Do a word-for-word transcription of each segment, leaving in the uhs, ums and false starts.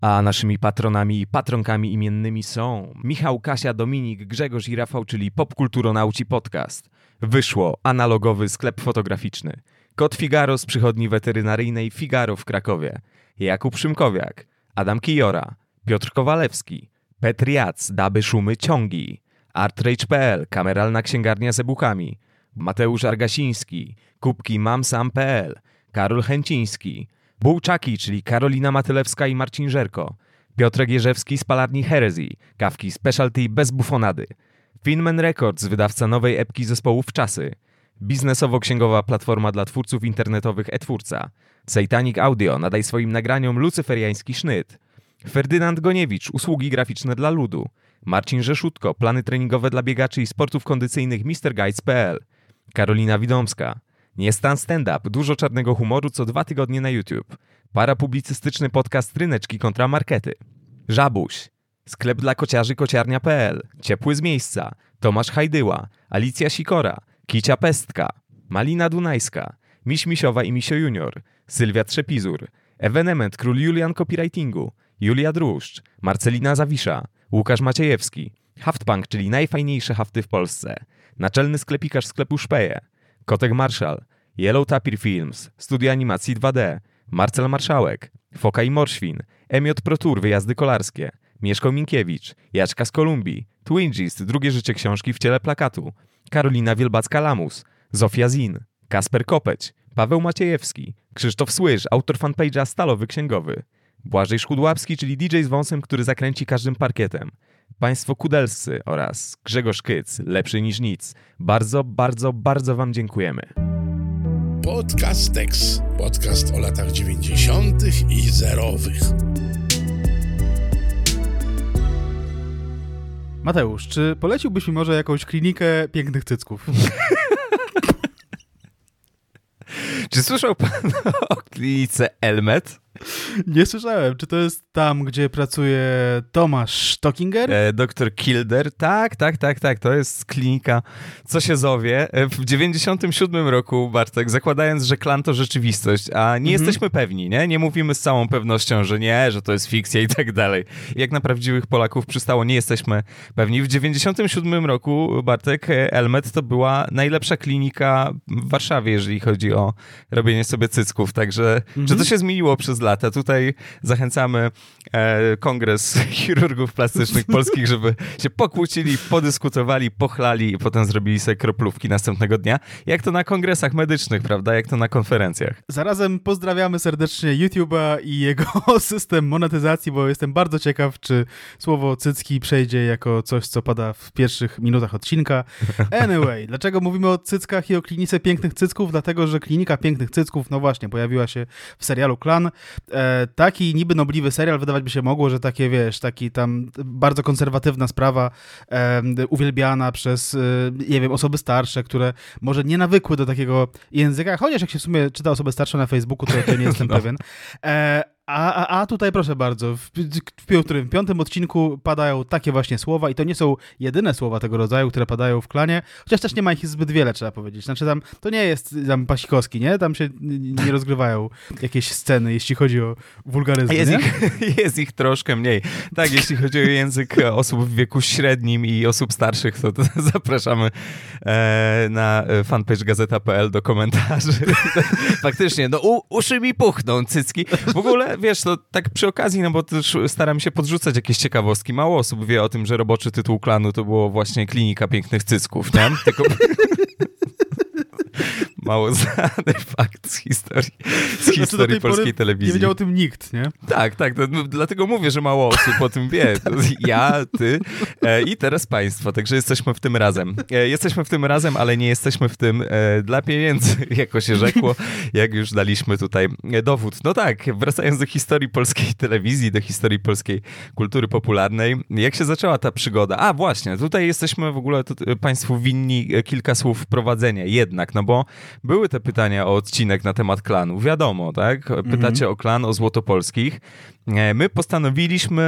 A naszymi patronami i patronkami imiennymi są Michał, Kasia, Dominik, Grzegorz i Rafał, czyli Popkulturonauci Podcast. Wyszło analogowy sklep fotograficzny. Kot Figaro z przychodni weterynaryjnej Figaro w Krakowie. Jakub Szymkowiak, Adam Kijora, Piotr Kowalewski, Petr Jac, Daby Szumy Ciągi, artrage kropka p l, kameralna księgarnia z e-bookami, Mateusz Argasiński, kubki mam sam kropka p l, Karol Chęciński, Bułczaki, czyli Karolina Matylewska i Marcin Żerko, Piotrek Jerzewski z palarni Heresy, kawki Specialty bez bufonady, Finman Records, wydawca nowej epki zespołu Wczasy, biznesowo-księgowa platforma dla twórców internetowych e-twórca, Satanic Audio, nadaj swoim nagraniom lucyferiański sznyt, Ferdynand Goniewicz, usługi graficzne dla ludu, Marcin Rzeszutko, plany treningowe dla biegaczy i sportów kondycyjnych mister guides kropka p l, Karolina Widomska, Nie stan stand-up, dużo czarnego humoru co dwa tygodnie na YouTube, parapublicystyczny podcast Ryneczki kontra Markety, Żabuś, sklep dla kociarzy kociarnia kropka p l, Ciepły z miejsca, Tomasz Hajdyła, Alicja Sikora, Kicia Pestka, Malina Dunajska, Miś Misiowa i Misio Junior, Sylwia Trzepizur, Ewenement Król Julian Copywritingu, Julia Druszcz, Marcelina Zawisza, Łukasz Maciejewski, Haftpunk, czyli najfajniejsze hafty w Polsce, naczelny sklepikarz sklepu Szpeje, Kotek Marszal, Yellow Tapir Films, Studio Animacji dwa D, Marcel Marszałek, Foka i Morświn, Emiot Pro Tour, wyjazdy kolarskie, Mieszko Minkiewicz, Jaczka z Kolumbii, Twingist, drugie życie książki w ciele plakatu, Karolina Wielbacka-Lamus, Zofia Zin, Kasper Kopeć, Paweł Maciejewski, Krzysztof Słysz, autor fanpage'a Stalowy Księgowy, Błażej Szkudłapski, czyli D J z wąsem, który zakręci każdym parkietem, Państwo Kudelscy oraz Grzegorz Kyc, lepszy niż nic. Bardzo, bardzo, bardzo wam dziękujemy. Podcastex. Podcast o latach dziewięćdziesiątych i zerowych. Mateusz, czy poleciłbyś mi może jakąś klinikę pięknych cycków? Czy słyszał pan o klinice Elmet? Nie słyszałem. Czy to jest tam, gdzie pracuje Tomasz Stockinger? E, doktor Kilder. Tak, tak, tak, tak. To jest klinika, co się zowie. W dziewięćdziesiątym siódmym roku, Bartek, zakładając, że klan to rzeczywistość, a nie mhm. jesteśmy pewni, nie? Nie mówimy z całą pewnością, że nie, że to jest fikcja i tak dalej. Jak na prawdziwych Polaków przystało, nie jesteśmy pewni. W dziewięćdziesiątym siódmym roku, Bartek, Elmet to była najlepsza klinika w Warszawie, jeżeli chodzi o robienie sobie cycków. Także, mhm. że to się zmieniło przez lata. Tutaj zachęcamy e, Kongres Chirurgów Plastycznych Polskich, żeby się pokłócili, podyskutowali, pochlali i potem zrobili sobie kroplówki następnego dnia. Jak to na kongresach medycznych, prawda? Jak to na konferencjach. Zarazem pozdrawiamy serdecznie YouTube'a i jego system monetyzacji, bo jestem bardzo ciekaw, czy słowo cycki przejdzie jako coś, co pada w pierwszych minutach odcinka. Anyway, dlaczego mówimy o cyckach i o klinice pięknych cycków? Dlatego, że klinika pięknych cycków, no właśnie, pojawiła się w serialu Klan. E, taki niby nobliwy serial, wydawać by się mogło, że takie, wiesz, taki tam bardzo konserwatywna sprawa, e, uwielbiana przez, e, nie wiem, osoby starsze, które może nie nawykły do takiego języka, chociaż jak się w sumie czyta osoby starsze na Facebooku, to, to nie jestem no. pewien. E, A, a, a tutaj proszę bardzo, w, w, w piątym odcinku padają takie właśnie słowa i to nie są jedyne słowa tego rodzaju, które padają w Klanie, chociaż też nie ma ich zbyt wiele, trzeba powiedzieć. Znaczy tam, to nie jest tam Pasikowski, nie? Tam się nie rozgrywają jakieś sceny, jeśli chodzi o wulgaryzm, jest nie? Ich, jest ich troszkę mniej. Tak, jeśli chodzi o język osób w wieku średnim i osób starszych, to, to zapraszamy e, na fanpage gazeta kropka p l do komentarzy. Faktycznie, no u, uszy mi puchną, cycki. W ogóle wiesz, to tak przy okazji, no bo też staram się podrzucać jakieś ciekawostki. Mało osób wie o tym, że roboczy tytuł klanu to było właśnie Klinika Pięknych Cycków, nie? Tylko... Mało znany fakt z historii, z historii znaczy, polskiej telewizji. Nie wiedział o tym nikt, nie? Tak, tak. To, no, dlatego mówię, że mało osób o tym wie. Ja, ty e, i teraz państwo. Także jesteśmy w tym razem. E, jesteśmy w tym razem, ale nie jesteśmy w tym e, dla pieniędzy, jako się rzekło, jak już daliśmy tutaj dowód. No tak, wracając do historii polskiej telewizji, do historii polskiej kultury popularnej. Jak się zaczęła ta przygoda? A właśnie, tutaj jesteśmy w ogóle to, państwu winni kilka słów wprowadzenia jednak, no bo były te pytania o odcinek na temat klanu. Wiadomo, tak? Pytacie mm-hmm. o klan, o Złotopolskich. My postanowiliśmy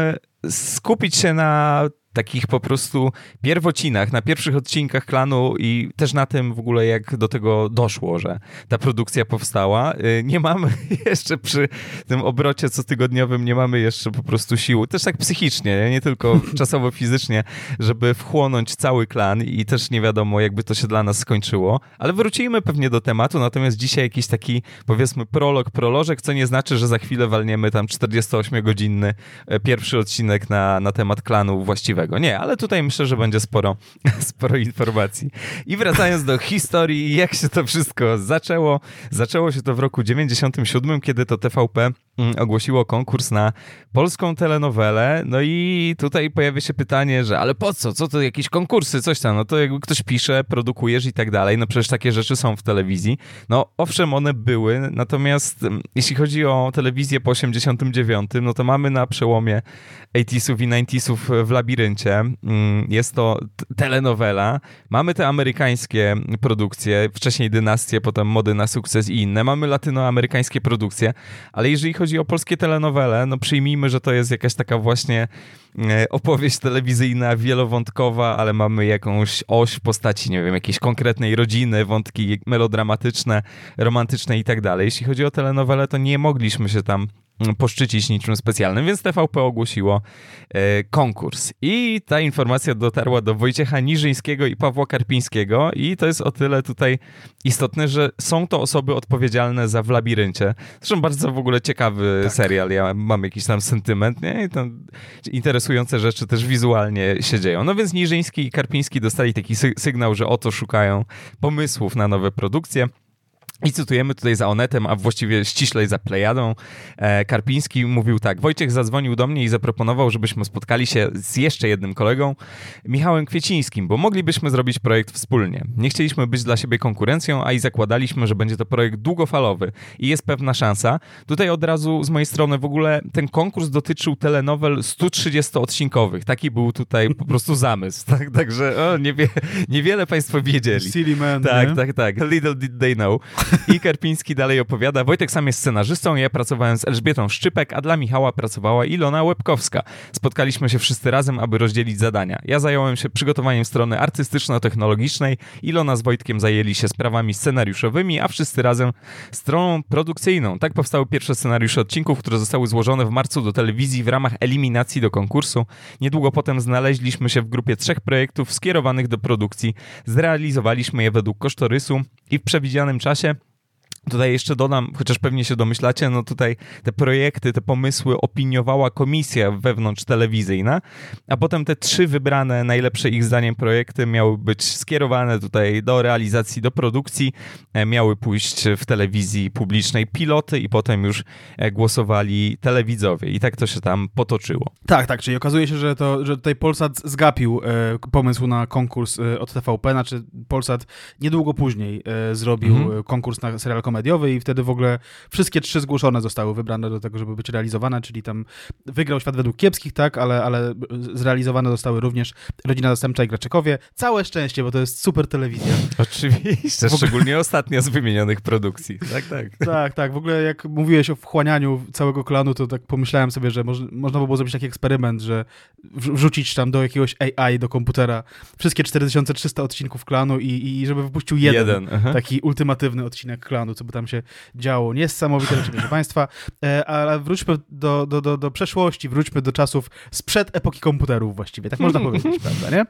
skupić się na takich po prostu pierwocinach, na pierwszych odcinkach Klanu i też na tym w ogóle, jak do tego doszło, że ta produkcja powstała. Nie mamy jeszcze przy tym obrocie cotygodniowym, nie mamy jeszcze po prostu sił, też tak psychicznie, nie tylko czasowo-fizycznie, żeby wchłonąć cały Klan i też nie wiadomo, jakby to się dla nas skończyło, ale wrócimy pewnie do tematu, natomiast dzisiaj jakiś taki, powiedzmy, prolog, prolożek, co nie znaczy, że za chwilę walniemy tam czterdziestoośmiogodzinny pierwszy odcinek na, na temat Klanu właściwego. Nie, ale tutaj myślę, że będzie sporo, sporo informacji. I wracając do historii, jak się to wszystko zaczęło. Zaczęło się to w roku dziewięćdziesiątym siódmym, kiedy to T V P ogłosiło konkurs na polską telenowelę. No i tutaj pojawia się pytanie, że ale po co? Co to jakieś konkursy, coś tam? No to jakby ktoś pisze, produkujesz i tak dalej. No przecież takie rzeczy są w telewizji. No owszem, one były, natomiast jeśli chodzi o telewizję po osiemdziesiątym dziewiątym, no to mamy na przełomie osiemdziesiątych i dziewięćdziesiątych w Labiryncie. Jest to telenowela. Mamy te amerykańskie produkcje, wcześniej Dynastie, potem Mody na sukces i inne. Mamy latynoamerykańskie produkcje, ale jeżeli chodzi o polskie telenowele, no przyjmijmy, że to jest jakaś taka właśnie opowieść telewizyjna, wielowątkowa, ale mamy jakąś oś w postaci, nie wiem, jakiejś konkretnej rodziny, wątki melodramatyczne, romantyczne i tak dalej. Jeśli chodzi o telenowelę, to nie mogliśmy się tam poszczycić niczym specjalnym, więc T V P ogłosiło e, konkurs. I ta informacja dotarła do Wojciecha Niżyńskiego i Pawła Karpińskiego i to jest o tyle tutaj istotne, że są to osoby odpowiedzialne za W Labiryncie. Zresztą bardzo w ogóle ciekawy tak. serial. Ja mam jakiś tam sentyment, nie? I tam interesujące rzeczy też wizualnie się dzieją. No więc Niżyński i Karpiński dostali taki sy- sygnał, że oto szukają pomysłów na nowe produkcje. I cytujemy tutaj za Onetem, a właściwie ściślej za Plejadą. E, Karpiński mówił tak: Wojciech zadzwonił do mnie i zaproponował, żebyśmy spotkali się z jeszcze jednym kolegą, Michałem Kwiecińskim, bo moglibyśmy zrobić projekt wspólnie. Nie chcieliśmy być dla siebie konkurencją, a i zakładaliśmy, że będzie to projekt długofalowy i jest pewna szansa. Tutaj od razu z mojej strony w ogóle ten konkurs dotyczył telenowel sto trzydziestoodcinkowych. Taki był tutaj po prostu zamysł. Tak? Także o, niewie, niewiele państwo wiedzieli. Silly man, tak, nie? tak, tak. Little did they know. I Karpiński dalej opowiada: Wojtek sam jest scenarzystą, ja pracowałem z Elżbietą Szczypek, a dla Michała pracowała Ilona Łebkowska. Spotkaliśmy się wszyscy razem, aby rozdzielić zadania. Ja zająłem się przygotowaniem strony artystyczno-technologicznej, Ilona z Wojtkiem zajęli się sprawami scenariuszowymi, a wszyscy razem stroną produkcyjną. Tak powstały pierwsze scenariusze odcinków, które zostały złożone w marcu do telewizji w ramach eliminacji do konkursu. Niedługo potem znaleźliśmy się w grupie trzech projektów skierowanych do produkcji. Zrealizowaliśmy je według kosztorysu i w przewidzianym czasie. Tutaj jeszcze dodam, chociaż pewnie się domyślacie, no tutaj te projekty, te pomysły opiniowała komisja wewnątrz telewizyjna, a potem te trzy wybrane, najlepsze ich zdaniem projekty miały być skierowane tutaj do realizacji, do produkcji, miały pójść w telewizji publicznej piloty i potem już głosowali telewidzowie i tak to się tam potoczyło. Tak, tak, czyli okazuje się, że, to, że tutaj Polsat zgapił e, pomysł na konkurs e, od T V P, znaczy Polsat niedługo później e, zrobił mhm. konkurs na serial komediowy i wtedy w ogóle wszystkie trzy zgłoszone zostały wybrane do tego, żeby być realizowane, czyli tam wygrał Świat według kiepskich, tak, ale, ale zrealizowane zostały również Rodzina Zastępcza i Graczykowie. Całe szczęście, bo to jest super telewizja. Oczywiście, ogóle... szczególnie ostatnia z wymienionych produkcji. Tak, tak. Tak, tak. W ogóle jak mówiłeś o wchłanianiu całego Klanu, to tak pomyślałem sobie, że moż, można by było zrobić taki eksperyment, że wrzucić tam do jakiegoś A I, do komputera wszystkie cztery tysiące trzysta odcinków Klanu i, i żeby wypuścił jeden, jeden taki ultimatywny odcinek Klanu, co by tam się działo. Niesamowite rzeczy, proszę Państwa. E, ale wróćmy do, do, do, do przeszłości, wróćmy do czasów sprzed epoki komputerów właściwie, tak można powiedzieć, prawda, nie?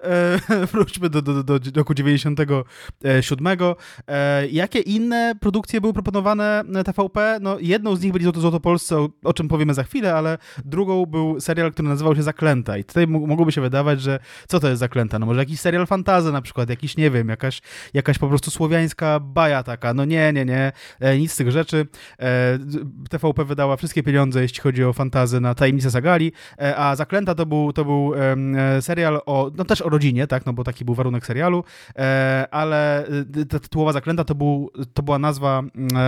E, wróćmy do, do, do, do roku dziewięćdziesiątego siódmego. E, jakie inne produkcje były proponowane na T V P? No, jedną z nich byli Złotopolscy, o, o czym powiemy za chwilę, ale drugą był serial, który nazywał się Zaklęta i tutaj m- mogłoby się wydawać, że co to jest Zaklęta? No może jakiś serial fantasy na przykład, jakiś, nie wiem, jakaś, jakaś po prostu słowiańska baja taka. No nie, nie, nie, e, nic z tych rzeczy. E, T V P wydała wszystkie pieniądze, jeśli chodzi o fantazy na Tajemnice Sagali, e, a Zaklęta to był, to był e, serial o, no też o rodzinie, tak, no bo taki był warunek serialu, e, ale ta tytułowa Zaklęta to, był, to była nazwa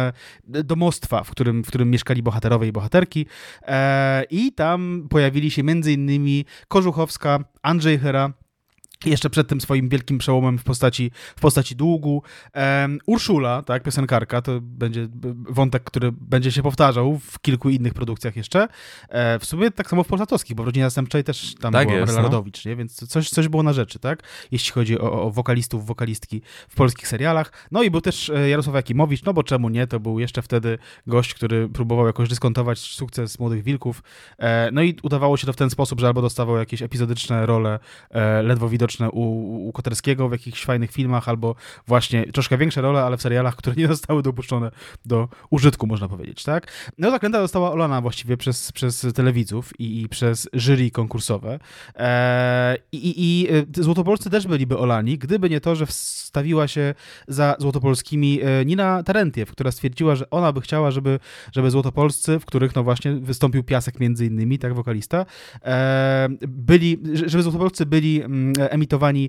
e, domostwa, w którym, w którym mieszkali bohaterowie i bohaterki e, i tam pojawili się między innymi Kożuchowska, Andrzej Chyra, jeszcze przed tym swoim wielkim przełomem w postaci, w postaci długu. Um, Urszula, tak, piosenkarka, to będzie wątek, który będzie się powtarzał w kilku innych produkcjach jeszcze. E, w sumie tak samo w Polsatowskich, bo w Rodzinie Zastępczej też tam tak była jest, Marela no. Rodowicz, nie? Więc coś, coś było na rzeczy, tak? Jeśli chodzi o, o wokalistów, wokalistki w polskich serialach. No i był też Jarosław Jakimowicz, no bo czemu nie? To był jeszcze wtedy gość, który próbował jakoś dyskontować sukces Młodych Wilków. E, no i udawało się to w ten sposób, że albo dostawał jakieś epizodyczne role e, ledwo widoczne U, u Koterskiego w jakichś fajnych filmach, albo właśnie troszkę większe role, ale w serialach, które nie zostały dopuszczone do użytku, można powiedzieć, tak? No ta klęta została olana właściwie przez, przez telewidzów i, i przez jury konkursowe. Eee, i, I Złotopolscy też byliby olani, gdyby nie to, że wstawiła się za Złotopolskimi Nina Terentiew, która stwierdziła, że ona by chciała, żeby, żeby Złotopolscy, w których no właśnie wystąpił Piasek między innymi, tak, wokalista, eee, byli, żeby Złotopolscy byli emitowani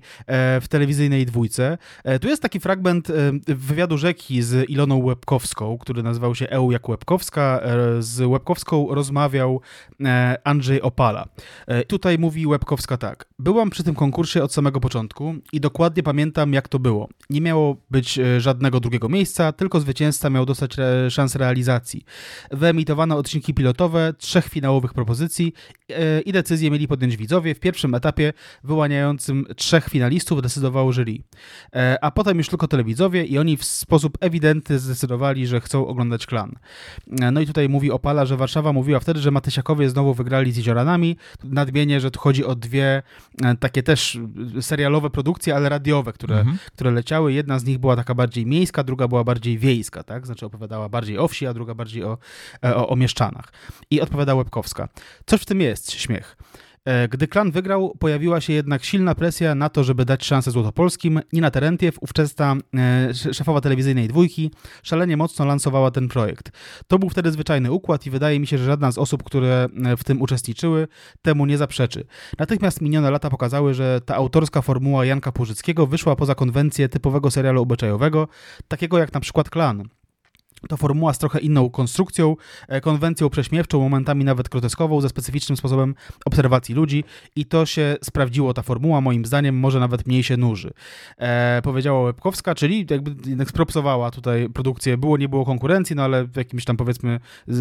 w telewizyjnej dwójce. Tu jest taki fragment wywiadu Rzeki z Iloną Łebkowską, który nazywał się E U jak Łebkowska. Z Łebkowską rozmawiał Andrzej Opala. Tutaj mówi Łebkowska tak. Byłam przy tym konkursie od samego początku i dokładnie pamiętam, jak to było. Nie miało być żadnego drugiego miejsca, tylko zwycięzca miał dostać re- szansę realizacji. Wyemitowano odcinki pilotowe trzech finałowych propozycji i decyzję mieli podjąć widzowie. W pierwszym etapie wyłaniającym trzech finalistów decydowało jury. A potem już tylko telewidzowie i oni w sposób ewidentny zdecydowali, że chcą oglądać Klan. No i tutaj mówi Opala, że Warszawa mówiła wtedy, że Matysiakowie znowu wygrali z Jezioranami. Nadmienię, że tu chodzi o dwie takie też serialowe produkcje, ale radiowe, które, mhm. które leciały. Jedna z nich była taka bardziej miejska, druga była bardziej wiejska, tak? Znaczy opowiadała bardziej o wsi, a druga bardziej o, o, o mieszczanach. I odpowiada Łebkowska. Coś w tym jest, śmiech. Gdy Klan wygrał, pojawiła się jednak silna presja na to, żeby dać szansę Złotopolskim. Nina Terentiew, ówczesna e, szefowa telewizyjnej dwójki, szalenie mocno lansowała ten projekt. To był wtedy zwyczajny układ i wydaje mi się, że żadna z osób, które w tym uczestniczyły, temu nie zaprzeczy. Natychmiast minione lata pokazały, że ta autorska formuła Janka Płużyckiego wyszła poza konwencję typowego serialu obyczajowego, takiego jak na przykład Klan. To formuła z trochę inną konstrukcją, konwencją prześmiewczą, momentami nawet groteskową, ze specyficznym sposobem obserwacji ludzi i to się sprawdziło, ta formuła, moim zdaniem, może nawet mniej się nuży. E, powiedziała Łebkowska, czyli jakby jednak spropsowała tutaj produkcję, było, nie było konkurencji, no ale w jakimś tam, powiedzmy,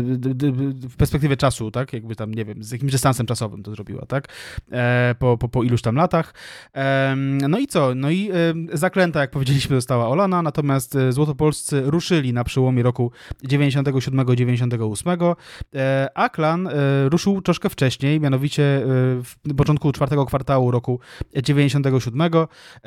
w perspektywie czasu, tak, jakby tam, nie wiem, z jakimś dystansem czasowym to zrobiła, tak, e, po, po, po iluś tam latach. E, no i co? No i e, Zaklęta, jak powiedzieliśmy, została olana, natomiast Złotopolscy ruszyli na przełomie roku dziewięćdziesiątego siódmego dziewięćdziesiątego ósmego, a Klan ruszył troszkę wcześniej, mianowicie w początku czwartego kwartału roku dziewięćdziesiątego siódmego.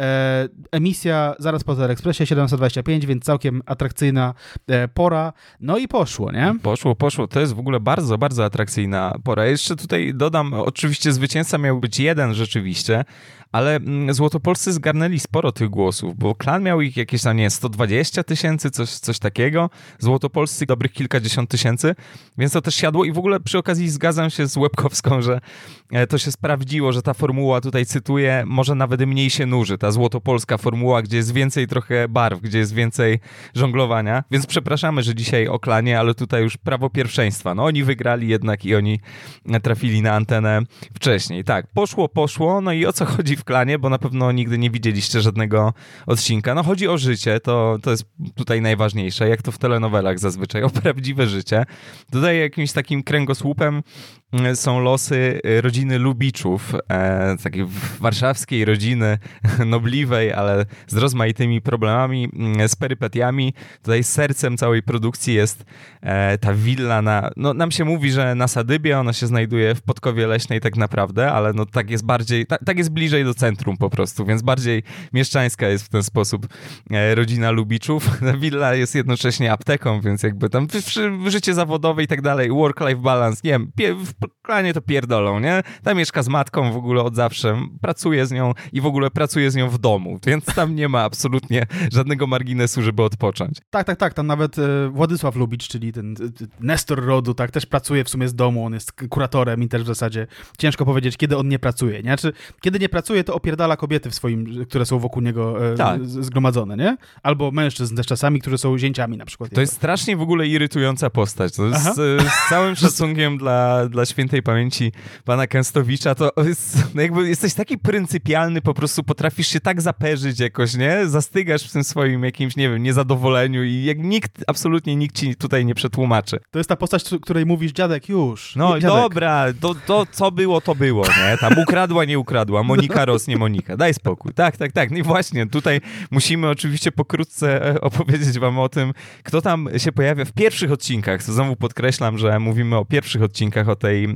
Emisja zaraz po Teleekspresie, siedemset dwadzieścia pięć, więc całkiem atrakcyjna pora. No i poszło, nie? Poszło, poszło. To jest w ogóle bardzo, bardzo atrakcyjna pora. Jeszcze tutaj dodam, oczywiście zwycięzca miał być jeden rzeczywiście, ale Złotopolscy zgarnęli sporo tych głosów, bo Klan miał ich jakieś tam, nie, sto dwadzieścia tysięcy, coś, coś takiego. Złotopolscy dobrych kilkadziesiąt tysięcy, więc to też siadło i w ogóle przy okazji zgadzam się z Łebkowską, że to się sprawdziło, że ta formuła, tutaj cytuję, może nawet mniej się nuży, ta złotopolska formuła, gdzie jest więcej trochę barw, gdzie jest więcej żonglowania, więc przepraszamy, że dzisiaj o Klanie, ale tutaj już prawo pierwszeństwa. No oni wygrali jednak i oni trafili na antenę wcześniej. Tak, poszło, poszło, no i o co chodzi w Klanie, bo na pewno nigdy nie widzieliście żadnego odcinka. No chodzi o życie, to, to jest tutaj najważniejsze, jak to w telenowelach zazwyczaj, o prawdziwe życie. Tutaj jakimś takim kręgosłupem są losy rodziny Lubiczów, e, takiej warszawskiej rodziny, nobliwej, ale z rozmaitymi problemami, z perypetiami. Tutaj sercem całej produkcji jest e, ta willa na, no nam się mówi, że na Sadybie, ona się znajduje w Podkowie Leśnej tak naprawdę, ale no tak jest bardziej, tak, tak jest bliżej do centrum po prostu, więc bardziej mieszczańska jest w ten sposób e, rodzina Lubiczów. Ta willa jest jednocześnie apteką, więc jakby tam w, w, życie zawodowe i tak dalej, work-life balance, nie wiem, pie, w Klanie to pierdolą, nie? Tam mieszka z matką w ogóle od zawsze, pracuje z nią i w ogóle pracuje z nią w domu, więc tam nie ma absolutnie żadnego marginesu, żeby odpocząć. Tak, tak, tak, tam nawet e, Władysław Lubicz, czyli ten e, Nestor rodu, tak, też pracuje w sumie z domu, on jest kuratorem i też w zasadzie ciężko powiedzieć, kiedy on nie pracuje, nie? Znaczy, kiedy nie pracuje, to opierdala kobiety w swoim, które są wokół niego e, tak. z, zgromadzone, nie? Albo mężczyzn też czasami, którzy są zięciami na przykład przykład. To jest strasznie w ogóle irytująca postać. To jest, z, z całym szacunkiem dla, dla świętej pamięci pana Kęstowicza, to jest, no jakby jesteś taki pryncypialny, po prostu potrafisz się tak zaperzyć jakoś, nie? Zastygasz w tym swoim jakimś, nie wiem, niezadowoleniu i jak nikt, absolutnie nikt ci tutaj nie przetłumaczy. To jest ta postać, której mówisz, dziadek, już. No dziadek. Dobra, to, to co było, to było, nie? Tam ukradła, nie ukradła, Monika Ros, nie Monika. Daj spokój. Tak, tak, tak. No i właśnie, tutaj musimy oczywiście pokrótce opowiedzieć wam o tym, kto tam się pojawia w pierwszych odcinkach. Znowu podkreślam, że mówimy o pierwszych odcinkach, o tej e,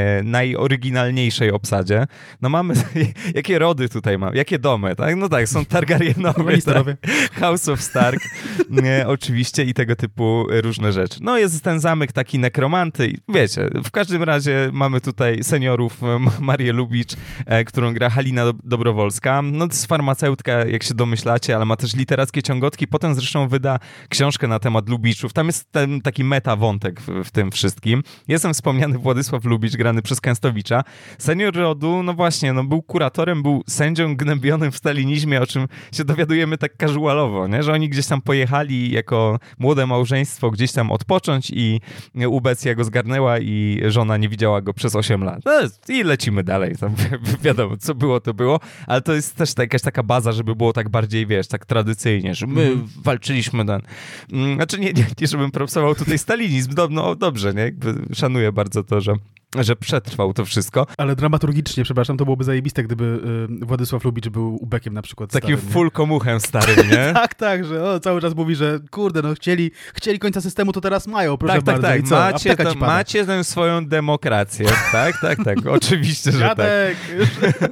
najoryginalniejszej obsadzie. No mamy, jakie rody tutaj mamy, jakie domy, tak? No tak, są Targaryenowie, tak? House of Stark, e, oczywiście i tego typu różne rzeczy. No jest ten zamek taki nekromanty i wiecie, w każdym razie mamy tutaj seniorów Marię Lubicz, e, którą gra Halina Dobrowolska. No to jest farmaceutka, jak się domyślacie, ale ma też literackie ciągotki. Potem zresztą wyda książkę na temat Lubiczów. Tam jest ten taki meta wątek w, w tym wszystkim. Jest tam wspomniany Władysław Lubicz, grany przez Kęstowicza. Senior rodu, no właśnie, no był kuratorem, był sędzią gnębionym w stalinizmie, o czym się dowiadujemy tak casualowo, nie? Że oni gdzieś tam pojechali jako młode małżeństwo gdzieś tam odpocząć i ubecja go zgarnęła i żona nie widziała go przez osiem lat. No i lecimy dalej. Tam wiadomo, co było, to było, ale to jest też ta, jakaś taka baza, żeby było tak bardziej, wiesz, tak tradycyjnie, że my mm. walczyliśmy na... Znaczy nie, nie, nie żebym propsował tutaj stalinizm, no, no dobrze, nie? Jakby szanuję bardzo to, że że przetrwał to wszystko. Ale dramaturgicznie, przepraszam, to byłoby zajebiste, gdyby y, Władysław Lubicz był ubekiem na przykład takim starym, full komuchem starym, nie? tak, tak, że o, cały czas mówi, że kurde, no chcieli, chcieli końca systemu, to teraz mają, proszę tak, bardzo. Tak, tak, I co? macie, to, macie tę swoją demokrację, tak, tak, tak, oczywiście, że Dziadek. tak.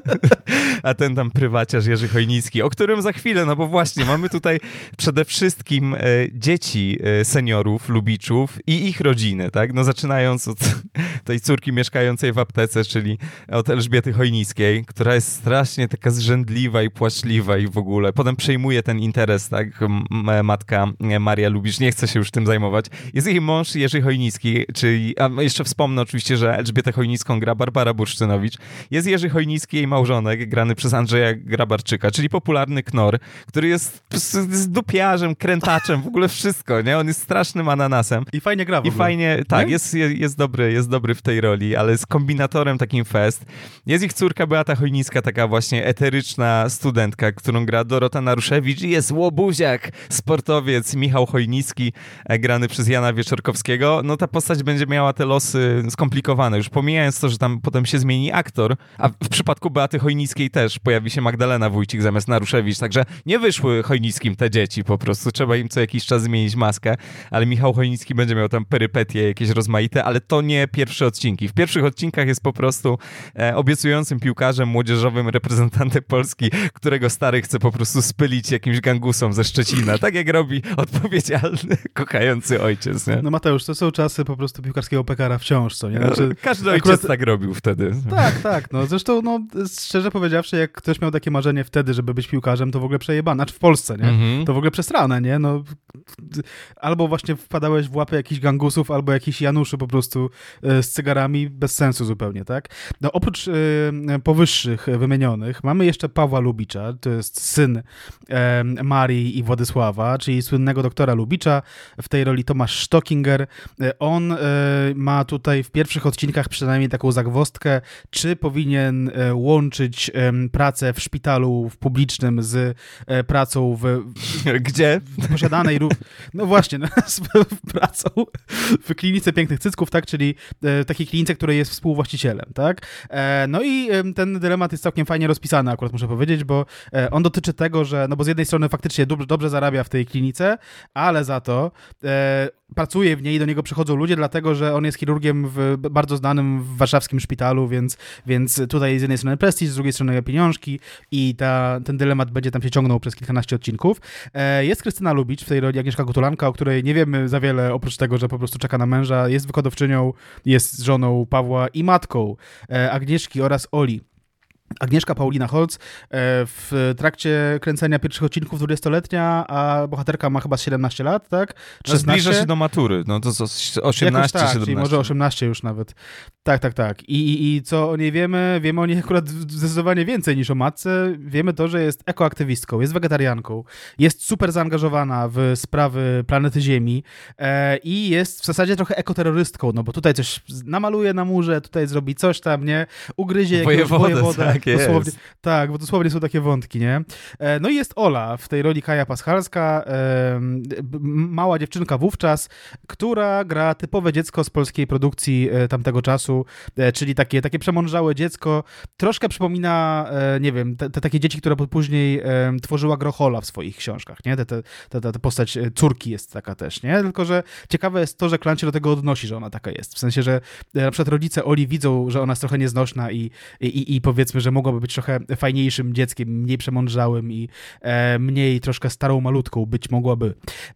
A ten tam prywaciarz Jerzy Chojnicki, o którym za chwilę, no bo właśnie, mamy tutaj przede wszystkim e, dzieci e, seniorów, Lubiczów i ich rodziny, tak? No zaczynając od tej córki mieszkającej w aptece, czyli od Elżbiety Chojnickiej, która jest strasznie taka zrzędliwa i płaczliwa i w ogóle. Potem przejmuje ten interes, tak, matka Maria Lubicz, nie chce się już tym zajmować. Jest jej mąż Jerzy Chojnicki, czyli, a jeszcze wspomnę oczywiście, że Elżbietę Chojnicką gra Barbara Bursztynowicz. Jest Jerzy Chojnicki, jej małżonek, grany przez Andrzeja Grabarczyka, czyli popularny knor, który jest, jest dupiarzem, krętaczem, w ogóle wszystko, nie? On jest strasznym ananasem. I fajnie gra w I ogóle. fajnie, tak, jest, jest, dobry, jest dobry w tej roli, ale jest kombinatorem takim fest. Jest ich córka Beata Chojnicka, taka właśnie eteryczna studentka, którą gra Dorota Naruszewicz i jest łobuziak, sportowiec Michał Chojnicki, grany przez Jana Wieczorkowskiego. No ta postać będzie miała te losy skomplikowane, już pomijając to, że tam potem się zmieni aktor, a w przypadku Beaty Chojnickiej też pojawi się Magdalena Wójcik zamiast Naruszewicz, także nie wyszły Chojnickim te dzieci po prostu, trzeba im co jakiś czas zmienić maskę, ale Michał Chojnicki będzie miał tam perypetie jakieś rozmaite, ale to nie pierwsze odcinki. W pierwszych odcinkach jest po prostu e, obiecującym piłkarzem, młodzieżowym reprezentantem Polski, którego stary chce po prostu spylić jakimś gangusom ze Szczecina, tak jak robi odpowiedzialny, kochający ojciec, nie? No Mateusz, to są czasy po prostu piłkarskiego pekara wciąż, co nie? Znaczy, każdy ojciec akurat... tak robił wtedy. Tak, tak, no zresztą, no szczerze powiedziawszy, jak ktoś miał takie marzenie wtedy, żeby być piłkarzem, to w ogóle przejebane, znaczy w Polsce, nie? Mm-hmm. To w ogóle przesrane, nie? No, albo właśnie wpadałeś w łapy jakichś gangusów, albo jakichś Januszy po prostu e, z cygarami, bez sensu zupełnie, tak? No oprócz e, powyższych wymienionych, mamy jeszcze Pawła Lubicza, to jest syn e, Marii i Władysława, czyli słynnego doktora Lubicza, w tej roli Tomasz Stockinger. E, on e, ma tutaj w pierwszych odcinkach przynajmniej taką zagwozdkę, czy powinien e, łączyć e, pracę w szpitalu w publicznym z e, pracą w... Gdzie? W posiadanej... No właśnie, no, z pracą w klinice pięknych cycków, tak, czyli e, takiej klinice, której jest współwłaścicielem, tak. E, no i e, ten dylemat jest całkiem fajnie rozpisany, akurat muszę powiedzieć, bo e, on dotyczy tego, że, no bo z jednej strony faktycznie dobrze, dobrze zarabia w tej klinice, ale za to e, pracuje w niej i do niego przychodzą ludzie, dlatego, że on jest chirurgiem w bardzo znanym w warszawskim szpitalu, więc, więc tutaj z jednej strony prestiż, z drugiej strony pieniążki i ta, ten dylemat będzie tam się ciągnął przez kilkanaście odcinków. E, jest Krystyna Lubicz w tej roli Agnieszka Gotulanka, o której nie wiemy za wiele, oprócz tego, że po prostu czeka na męża, jest wykładowczynią, jest żoną Pawła i matką e, Agnieszki oraz Oli. Agnieszka Paulina Holz w trakcie kręcenia pierwszych odcinków dwudziestoletnia, a bohaterka ma chyba siedemnaście lat, tak? szesnaście? No zbliża się do matury, no to co, osiemnaście, tak, siedemnaście. Czyli może osiemnaście już nawet. Tak, tak, tak. I, i, I co o niej wiemy? Wiemy o niej akurat zdecydowanie więcej niż o matce. Wiemy to, że jest ekoaktywistką, jest wegetarianką, jest super zaangażowana w sprawy planety Ziemi e, i jest w zasadzie trochę ekoterrorystką, no bo tutaj coś namaluje na murze, tutaj zrobi coś tam, nie? Ugryzie jakiegoś wojewodę. Tak, dosłownie, tak, bo dosłownie są takie wątki, nie? E, no i jest Ola w tej roli Kaja Paschalska, e, mała dziewczynka wówczas, która gra typowe dziecko z polskiej produkcji e, tamtego czasu, e, czyli takie, takie przemądrzałe dziecko. Troszkę przypomina, e, nie wiem, te, te takie dzieci, które później e, tworzyła Grochola w swoich książkach, nie? Te, te, te, te postać córki jest taka też, nie? Tylko, że ciekawe jest to, że Klan się do tego odnosi, że ona taka jest. W sensie, że na przykład rodzice Oli widzą, że ona jest trochę nieznośna i, i, i powiedzmy, że mogłaby być trochę fajniejszym dzieckiem, mniej przemądrzałym i e, mniej troszkę starą malutką być mogłaby.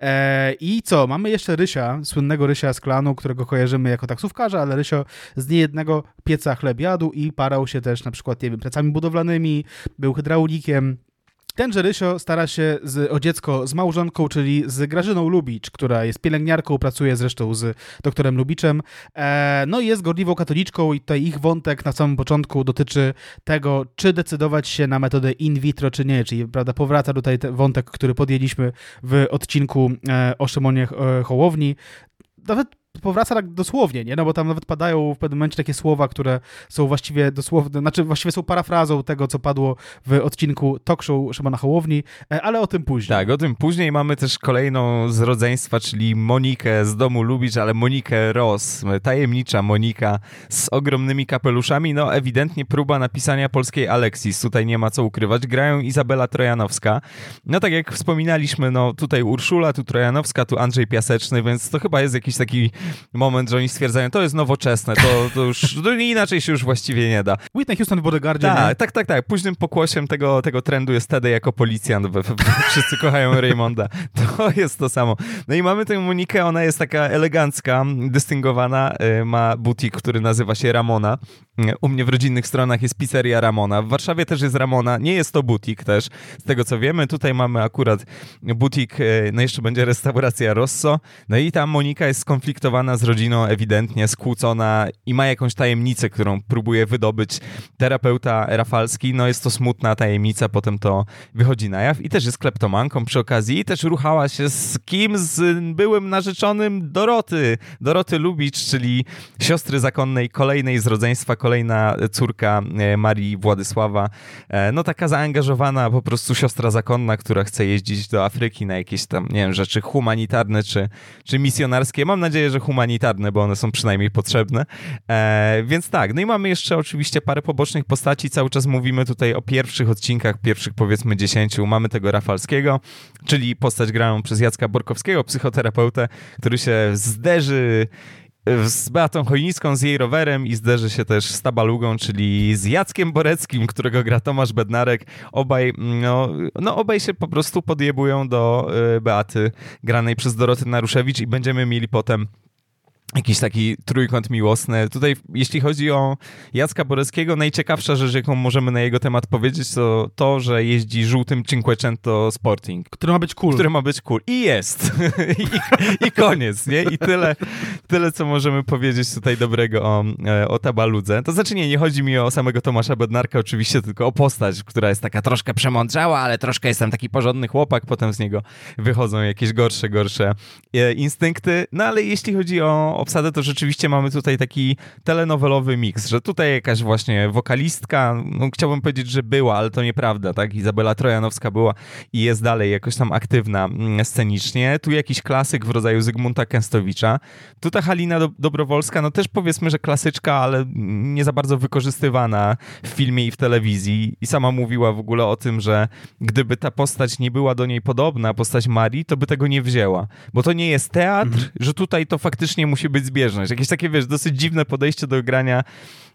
E, I co? Mamy jeszcze Rysia, słynnego Rysia z Klanu, którego kojarzymy jako taksówkarza, ale Rysio z niejednego pieca chleb jadł i parał się też na przykład, nie wiem, pracami budowlanymi, był hydraulikiem. Tenże Rysio stara się z, o dziecko z małżonką, czyli z Grażyną Lubicz, która jest pielęgniarką, pracuje zresztą z doktorem Lubiczem. E, no i jest gorliwą katoliczką i tutaj ich wątek na samym początku dotyczy tego, czy decydować się na metodę in vitro, czy nie. Czyli prawda, powraca tutaj ten wątek, który podjęliśmy w odcinku e, o Szymonie Hołowni. Nawet powraca tak dosłownie, nie? No bo tam nawet padają w pewnym momencie takie słowa, które są właściwie dosłowne, znaczy właściwie są parafrazą tego, co padło w odcinku talk show Szymona Hołowni, ale o tym później. Tak, o tym później. Mamy też kolejną z rodzeństwa, czyli Monikę z domu Lubicz, ale Monikę Ross, tajemnicza Monika z ogromnymi kapeluszami. No ewidentnie próba napisania polskiej Alexis. Tutaj nie ma co ukrywać. Grają Izabela Trojanowska. No tak jak wspominaliśmy, no tutaj Urszula, tu Trojanowska, tu Andrzej Piaseczny, więc to chyba jest jakiś taki moment, że oni stwierdzają, to jest nowoczesne, to, to już to inaczej się już właściwie nie da. Whitney Houston w Bodyguardzie. Tak, tak, tak, tak. Późnym pokłosiem tego, tego trendu jest Teddy jako policjant. Wszyscy kochają Raymonda. To jest to samo. No i mamy tę Monikę, ona jest taka elegancka, dystyngowana, ma butik, który nazywa się Ramona. U mnie w rodzinnych stronach jest pizzeria Ramona. W Warszawie też jest Ramona. Nie jest to butik też, z tego co wiemy. Tutaj mamy akurat butik, no jeszcze będzie restauracja Rosso. No i tam Monika jest skonfliktowana z rodziną, ewidentnie skłócona i ma jakąś tajemnicę, którą próbuje wydobyć terapeuta Rafalski. No jest to smutna tajemnica, potem to wychodzi na jaw i też jest kleptomanką przy okazji i też ruchała się z kim? Z byłym narzeczonym Doroty. Doroty Lubicz, czyli siostry zakonnej, kolejnej z rodzeństwa, kolejna córka Marii Władysława. No taka zaangażowana po prostu siostra zakonna, która chce jeździć do Afryki na jakieś tam, nie wiem, rzeczy humanitarne czy, czy misjonarskie. Mam nadzieję, że humanitarne, bo one są przynajmniej potrzebne. E, więc tak, no i mamy jeszcze oczywiście parę pobocznych postaci. Cały czas mówimy tutaj o pierwszych odcinkach, pierwszych powiedzmy dziesięciu. Mamy tego Rafalskiego, czyli postać graną przez Jacka Borkowskiego, psychoterapeutę, który się zderzy z Beatą Chojnicką, z jej rowerem i zderzy się też z Tabalugą, czyli z Jackiem Boreckim, którego gra Tomasz Bednarek. Obaj, no, no obaj się po prostu podjebują do y, Beaty, granej przez Dorotę Naruszewicz i będziemy mieli potem jakiś taki trójkąt miłosny. Tutaj, jeśli chodzi o Jacka Boreckiego, najciekawsza rzecz, jaką możemy na jego temat powiedzieć, to to, że jeździ żółtym Cinquecento Sporting. Który ma być cool. Który ma być cool. I jest. I, I koniec, nie? I tyle, tyle, co możemy powiedzieć tutaj dobrego o, o Tabaludze. To znaczy nie, nie chodzi mi o samego Tomasza Bednarka oczywiście, tylko o postać, która jest taka troszkę przemądrzała, ale troszkę jest tam taki porządny chłopak, potem z niego wychodzą jakieś gorsze, gorsze instynkty. No ale jeśli chodzi o obsadę, to rzeczywiście mamy tutaj taki telenowelowy miks, że tutaj jakaś właśnie wokalistka, no chciałbym powiedzieć, że była, ale to nieprawda, tak? Izabela Trojanowska była i jest dalej jakoś tam aktywna scenicznie. Tu jakiś klasyk w rodzaju Zygmunta Kęstowicza. Tu ta Halina Do- Dobrowolska, no też powiedzmy, że klasyczka, ale nie za bardzo wykorzystywana w filmie i w telewizji. I sama mówiła w ogóle o tym, że gdyby ta postać nie była do niej podobna, postać Marii, to by tego nie wzięła. Bo to nie jest teatr, mhm. że tutaj to faktycznie musi być zbieżność. Jakieś takie, wiesz, dosyć dziwne podejście do grania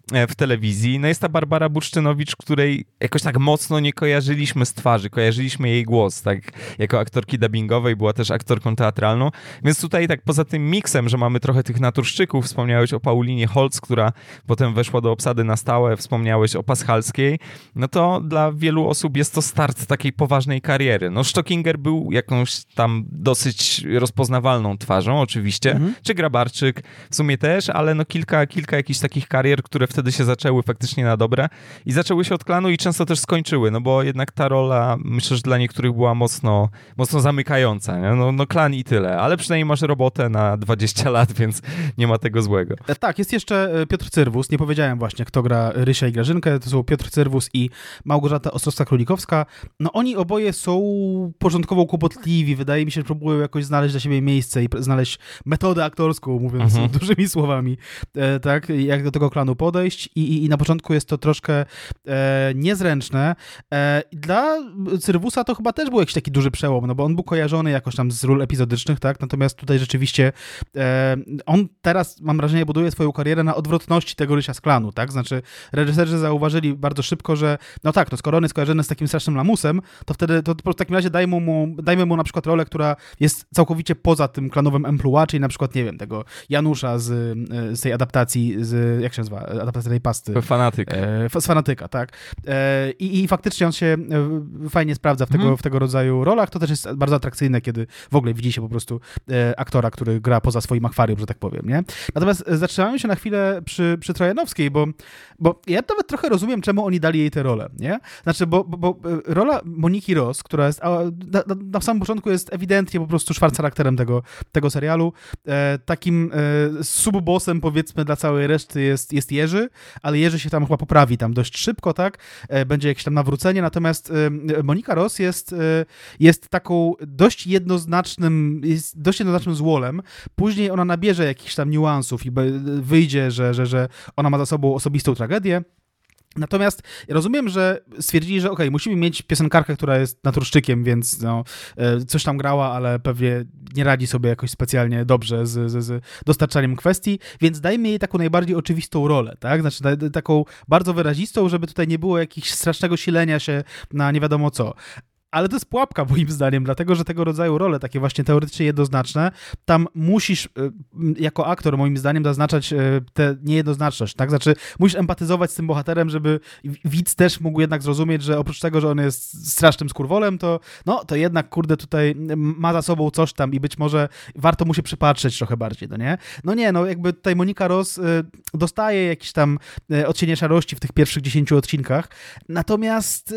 w telewizji. No jest ta Barbara Bursztynowicz, której jakoś tak mocno nie kojarzyliśmy z twarzy, kojarzyliśmy jej głos, tak, jako aktorki dubbingowej, była też aktorką teatralną, więc tutaj tak poza tym miksem, że mamy trochę tych naturszczyków, wspomniałeś o Paulinie Holc, która potem weszła do obsady na stałe, wspomniałeś o Paschalskiej, no to dla wielu osób jest to start takiej poważnej kariery. No Stockinger był jakąś tam dosyć rozpoznawalną twarzą, oczywiście, mhm. czy Grabarczyk w sumie też, ale no kilka, kilka jakichś takich karier, które wtedy się zaczęły faktycznie na dobre i zaczęły się od klanu i często też skończyły, no bo jednak ta rola, myślę, że dla niektórych była mocno, mocno zamykająca, nie? No, no klan i tyle, ale przynajmniej masz robotę na dwadzieścia lat, więc nie ma tego złego. Tak, jest jeszcze Piotr Cyrwus, nie powiedziałem właśnie, kto gra Rysia i Grażynkę, to są Piotr Cyrwus i Małgorzata Ostrowska-Królikowska. No oni oboje są początkowo kłopotliwi, wydaje mi się, że próbują jakoś znaleźć dla siebie miejsce i znaleźć metodę aktorską, mówiąc mhm. dużymi słowami, e, tak, jak do tego klanu podejść i, i, i na początku jest to troszkę e, niezręczne. E, dla Cyrwusa to chyba też był jakiś taki duży przełom, no bo on był kojarzony jakoś tam z ról epizodycznych, tak, natomiast tutaj rzeczywiście e, on teraz, mam wrażenie, buduje swoją karierę na odwrotności tego Rysia z klanu, tak, znaczy reżyserzy zauważyli bardzo szybko, że no tak, no skoro on jest kojarzony z takim strasznym lamusem, to wtedy to w takim razie dajmy mu, dajmy mu na przykład rolę, która jest całkowicie poza tym klanowym emploi, czyli na przykład, nie wiem, tego Janusza z, z tej adaptacji, z, jak się nazywa, adaptacja tej pasty? Fanatyk. E, z Fanatyka, tak. E, i, I faktycznie on się fajnie sprawdza w tego, mhm. w tego rodzaju rolach. To też jest bardzo atrakcyjne, kiedy w ogóle widzi się po prostu e, aktora, który gra poza swoim akwarium, że tak powiem, nie? Natomiast zatrzymamy się na chwilę przy, przy Trojanowskiej, bo, bo ja nawet trochę rozumiem, czemu oni dali jej tę rolę, nie? Znaczy, bo, bo, bo rola Moniki Ross, która jest, a, na, na samym początku jest ewidentnie po prostu szwarcharakterem tego, tego serialu. E, takim e, subbossem, powiedzmy, dla całej reszty jest, jest Jerzy, ale Jerzy się tam chyba poprawi tam dość szybko, tak? E, będzie jakieś tam nawrócenie, natomiast e, Monika Ross jest, e, jest taką dość jednoznacznym, jest dość jednoznacznym złolem. Później ona nabierze jakichś tam niuansów i wyjdzie, że, że, że ona ma za sobą osobistą tragedię. Natomiast rozumiem, że stwierdzili, że okej, okay, musimy mieć piosenkarkę, która jest naturszczykiem, więc no, coś tam grała, ale pewnie nie radzi sobie jakoś specjalnie dobrze z, z, z dostarczaniem kwestii, więc dajmy jej taką najbardziej oczywistą rolę, tak? Znaczy taką bardzo wyrazistą, żeby tutaj nie było jakiegoś strasznego silenia się na nie wiadomo co. Ale to jest pułapka moim zdaniem, dlatego, że tego rodzaju role, takie właśnie teoretycznie jednoznaczne, tam musisz jako aktor moim zdaniem zaznaczać tę niejednoznaczność, tak? Znaczy musisz empatyzować z tym bohaterem, żeby widz też mógł jednak zrozumieć, że oprócz tego, że on jest strasznym skurwolem, to no, to jednak, kurde, tutaj ma za sobą coś tam i być może warto mu się przypatrzeć trochę bardziej, no nie? No nie, no jakby tutaj Monika Ross dostaje jakieś tam odcienie szarości w tych pierwszych dziesięciu odcinkach, natomiast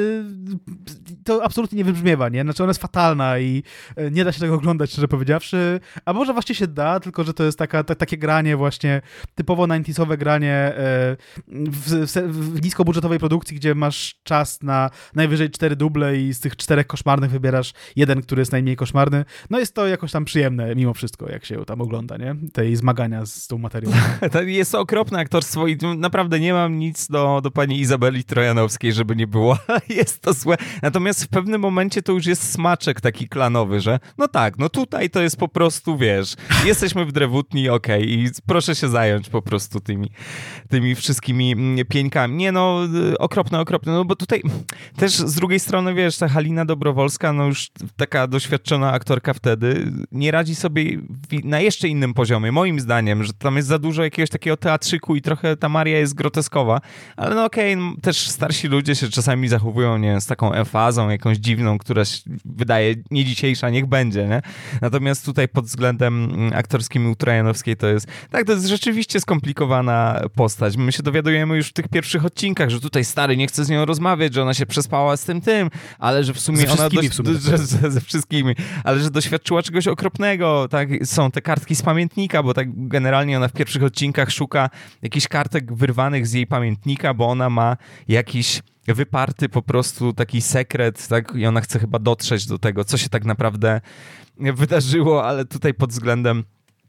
to absolutnie nie wybrzmiewa, nie? Znaczy ona jest fatalna i nie da się tego oglądać, szczerze powiedziawszy, a może właśnie się da, tylko że to jest taka, ta, takie granie właśnie, typowo dziewięćdziesiątowe granie w, w, w niskobudżetowej produkcji, gdzie masz czas na najwyżej cztery duble i z tych czterech koszmarnych wybierasz jeden, który jest najmniej koszmarny. No jest to jakoś tam przyjemne mimo wszystko, jak się tam ogląda, nie? Tej zmagania z tą materią. To jest okropne aktorstwo i naprawdę nie mam nic do, do pani Izabeli Trojanowskiej, żeby nie było. Jest to złe. Natomiast w pewnym momencie to już jest smaczek taki klanowy, że no tak, no tutaj to jest po prostu, wiesz, jesteśmy w Drewutni, okej, okay, i proszę się zająć po prostu tymi, tymi wszystkimi pieńkami. Nie no, okropne, okropne, no bo tutaj też z drugiej strony, wiesz, ta Halina Dobrowolska, no już taka doświadczona aktorka wtedy, nie radzi sobie na jeszcze innym poziomie, moim zdaniem, że tam jest za dużo jakiegoś takiego teatrzyku i trochę ta Maria jest groteskowa, ale no okej, okay, no, też starsi ludzie się czasami zachowują, nie wiem, z taką emfazą, jakąś dziwną, która się wydaje nie dzisiejsza, niech będzie, nie? Natomiast tutaj pod względem aktorskim u Trojanowskiej to jest, tak, to jest rzeczywiście skomplikowana postać. My się dowiadujemy już w tych pierwszych odcinkach, że tutaj stary nie chce z nią rozmawiać, że ona się przespała z tym tym, ale że w sumie ze ona... Do... W sumie, że, że, ze wszystkimi, ale że doświadczyła czegoś okropnego, tak? Są te kartki z pamiętnika, bo tak generalnie ona w pierwszych odcinkach szuka jakichś kartek wyrwanych z jej pamiętnika, bo ona ma jakiś wyparty po prostu taki sekret, tak? I ona chce chyba dotrzeć do tego, co się tak naprawdę wydarzyło, ale tutaj pod względem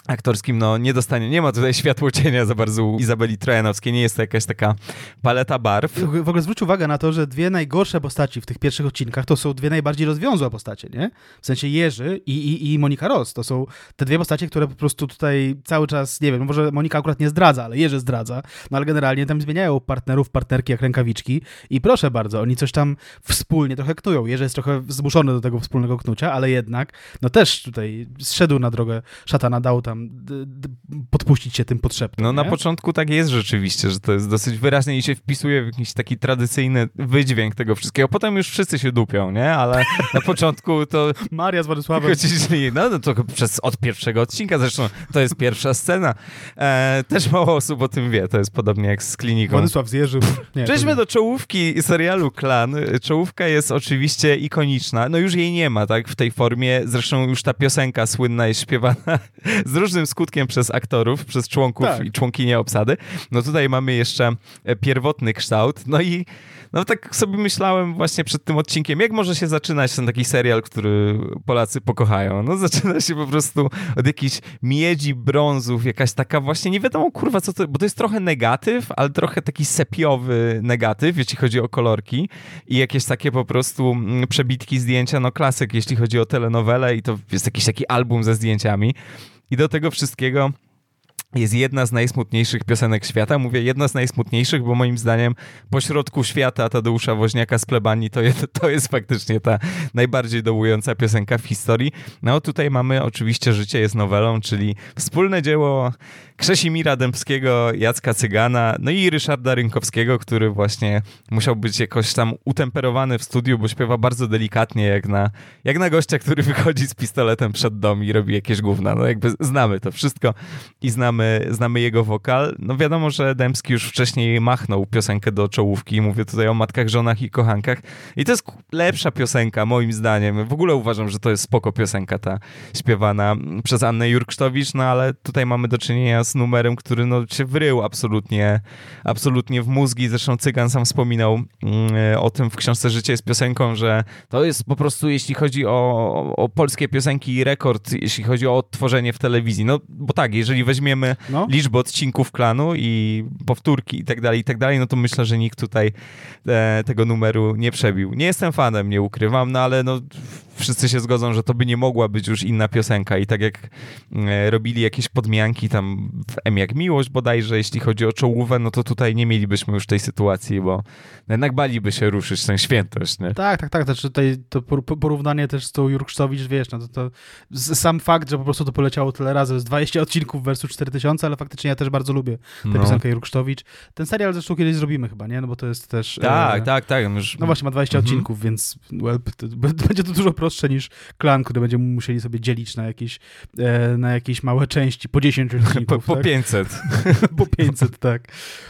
aktorskim, no nie dostanie, nie ma tutaj światłocienia za bardzo u Izabeli Trojanowskiej, nie jest to jakaś taka paleta barw. W ogóle zwróć uwagę na to, że dwie najgorsze postaci w tych pierwszych odcinkach to są dwie najbardziej rozwiązłe postacie, nie? W sensie Jerzy i, i, i Monika Ross. To są te dwie postacie, które po prostu tutaj cały czas, nie wiem, może Monika akurat nie zdradza, ale Jerzy zdradza, no ale generalnie tam zmieniają partnerów, partnerki jak rękawiczki i proszę bardzo, oni coś tam wspólnie trochę knują. Jerzy jest trochę zmuszony do tego wspólnego knucia, ale jednak, no też tutaj zszedł na drogę szatana, dał tam d- d- podpuścić się tym potrzebnym. No nie? na początku tak jest rzeczywiście, że to jest dosyć wyraźne i się wpisuje w jakiś taki tradycyjny wydźwięk tego wszystkiego. Potem już wszyscy się dupią, nie? Ale na początku to... Maria z Władysławem. No, no to przez, od pierwszego odcinka, zresztą to jest pierwsza scena. E, też mało osób o tym wie, to jest podobnie jak z kliniką. Władysław z Jerzym. Nie, Przejdźmy to... do czołówki serialu Klan. Czołówka jest oczywiście ikoniczna. No już jej nie ma, tak, w tej formie. Zresztą już ta piosenka słynna jest śpiewana z różnym skutkiem przez aktorów, przez członków tak. i członkinie obsady. No tutaj mamy jeszcze pierwotny kształt. No i no tak sobie myślałem właśnie przed tym odcinkiem, jak może się zaczynać ten taki serial, który Polacy pokochają. No zaczyna się po prostu od jakichś miedzi, brązów, jakaś taka właśnie, nie wiadomo kurwa co to, bo to jest trochę negatyw, ale trochę taki sepiowy negatyw, jeśli chodzi o kolorki i jakieś takie po prostu przebitki zdjęcia, no klasyk, jeśli chodzi o telenowelę i to jest jakiś taki album ze zdjęciami. I do tego wszystkiego jest jedna z najsmutniejszych piosenek świata. Mówię jedna z najsmutniejszych, bo moim zdaniem Pośrodku świata Tadeusza Woźniaka z Plebanii to jest, to jest faktycznie ta najbardziej dołująca piosenka w historii. No tutaj mamy oczywiście Życie jest nowelą, czyli wspólne dzieło Krzesimira Dębskiego, Jacka Cygana, no i Ryszarda Rynkowskiego, który właśnie musiał być jakoś tam utemperowany w studiu, bo śpiewa bardzo delikatnie, jak na, jak na gościa, który wychodzi z pistoletem przed dom i robi jakieś gówna. No jakby znamy to wszystko i znamy, znamy jego wokal. No wiadomo, że Dębski już wcześniej machnął piosenkę do czołówki. Mówię tutaj o Matkach, Żonach i Kochankach. I to jest lepsza piosenka, moim zdaniem. W ogóle uważam, że to jest spoko piosenka ta śpiewana przez Annę Jurksztowicz, no ale tutaj mamy do czynienia z numerem, który no się wrył absolutnie, absolutnie w mózgi. Zresztą Cygan sam wspominał mm, o tym w książce Życie jest piosenką, że to jest po prostu, jeśli chodzi o, o polskie piosenki, rekord, jeśli chodzi o odtworzenie w telewizji. No bo tak, jeżeli weźmiemy no. liczbę odcinków Klanu i powtórki i tak dalej, i tak dalej, no to myślę, że nikt tutaj e, tego numeru nie przebił. Nie jestem fanem, nie ukrywam, no ale no wszyscy się zgodzą, że to by nie mogła być już inna piosenka i tak jak e, robili jakieś podmianki tam w M jak Miłość bodajże, jeśli chodzi o czołówę, no to tutaj nie mielibyśmy już tej sytuacji, bo jednak baliby się ruszyć tę świętość, nie? Tak, tak, tak. Znaczy tutaj to porównanie też z tą Jurksztowicz, wiesz, no to, to sam fakt, że po prostu to poleciało tyle razy, jest dwadzieścia odcinków versus cztery tysiące, ale faktycznie ja też bardzo lubię tę no. piosenkę Jurksztowicz. Ten serial zresztą kiedyś zrobimy chyba, nie? No bo to jest też... Tak, e... tak, tak. Już... No właśnie, ma dwadzieścia mhm. odcinków, więc well, to będzie to dużo prostsze niż Klan, który będziemy musieli sobie dzielić na jakieś, e, na jakieś małe części, po dziesięć odcinków. Po, po tak? pięćset. Po pięćset, tak.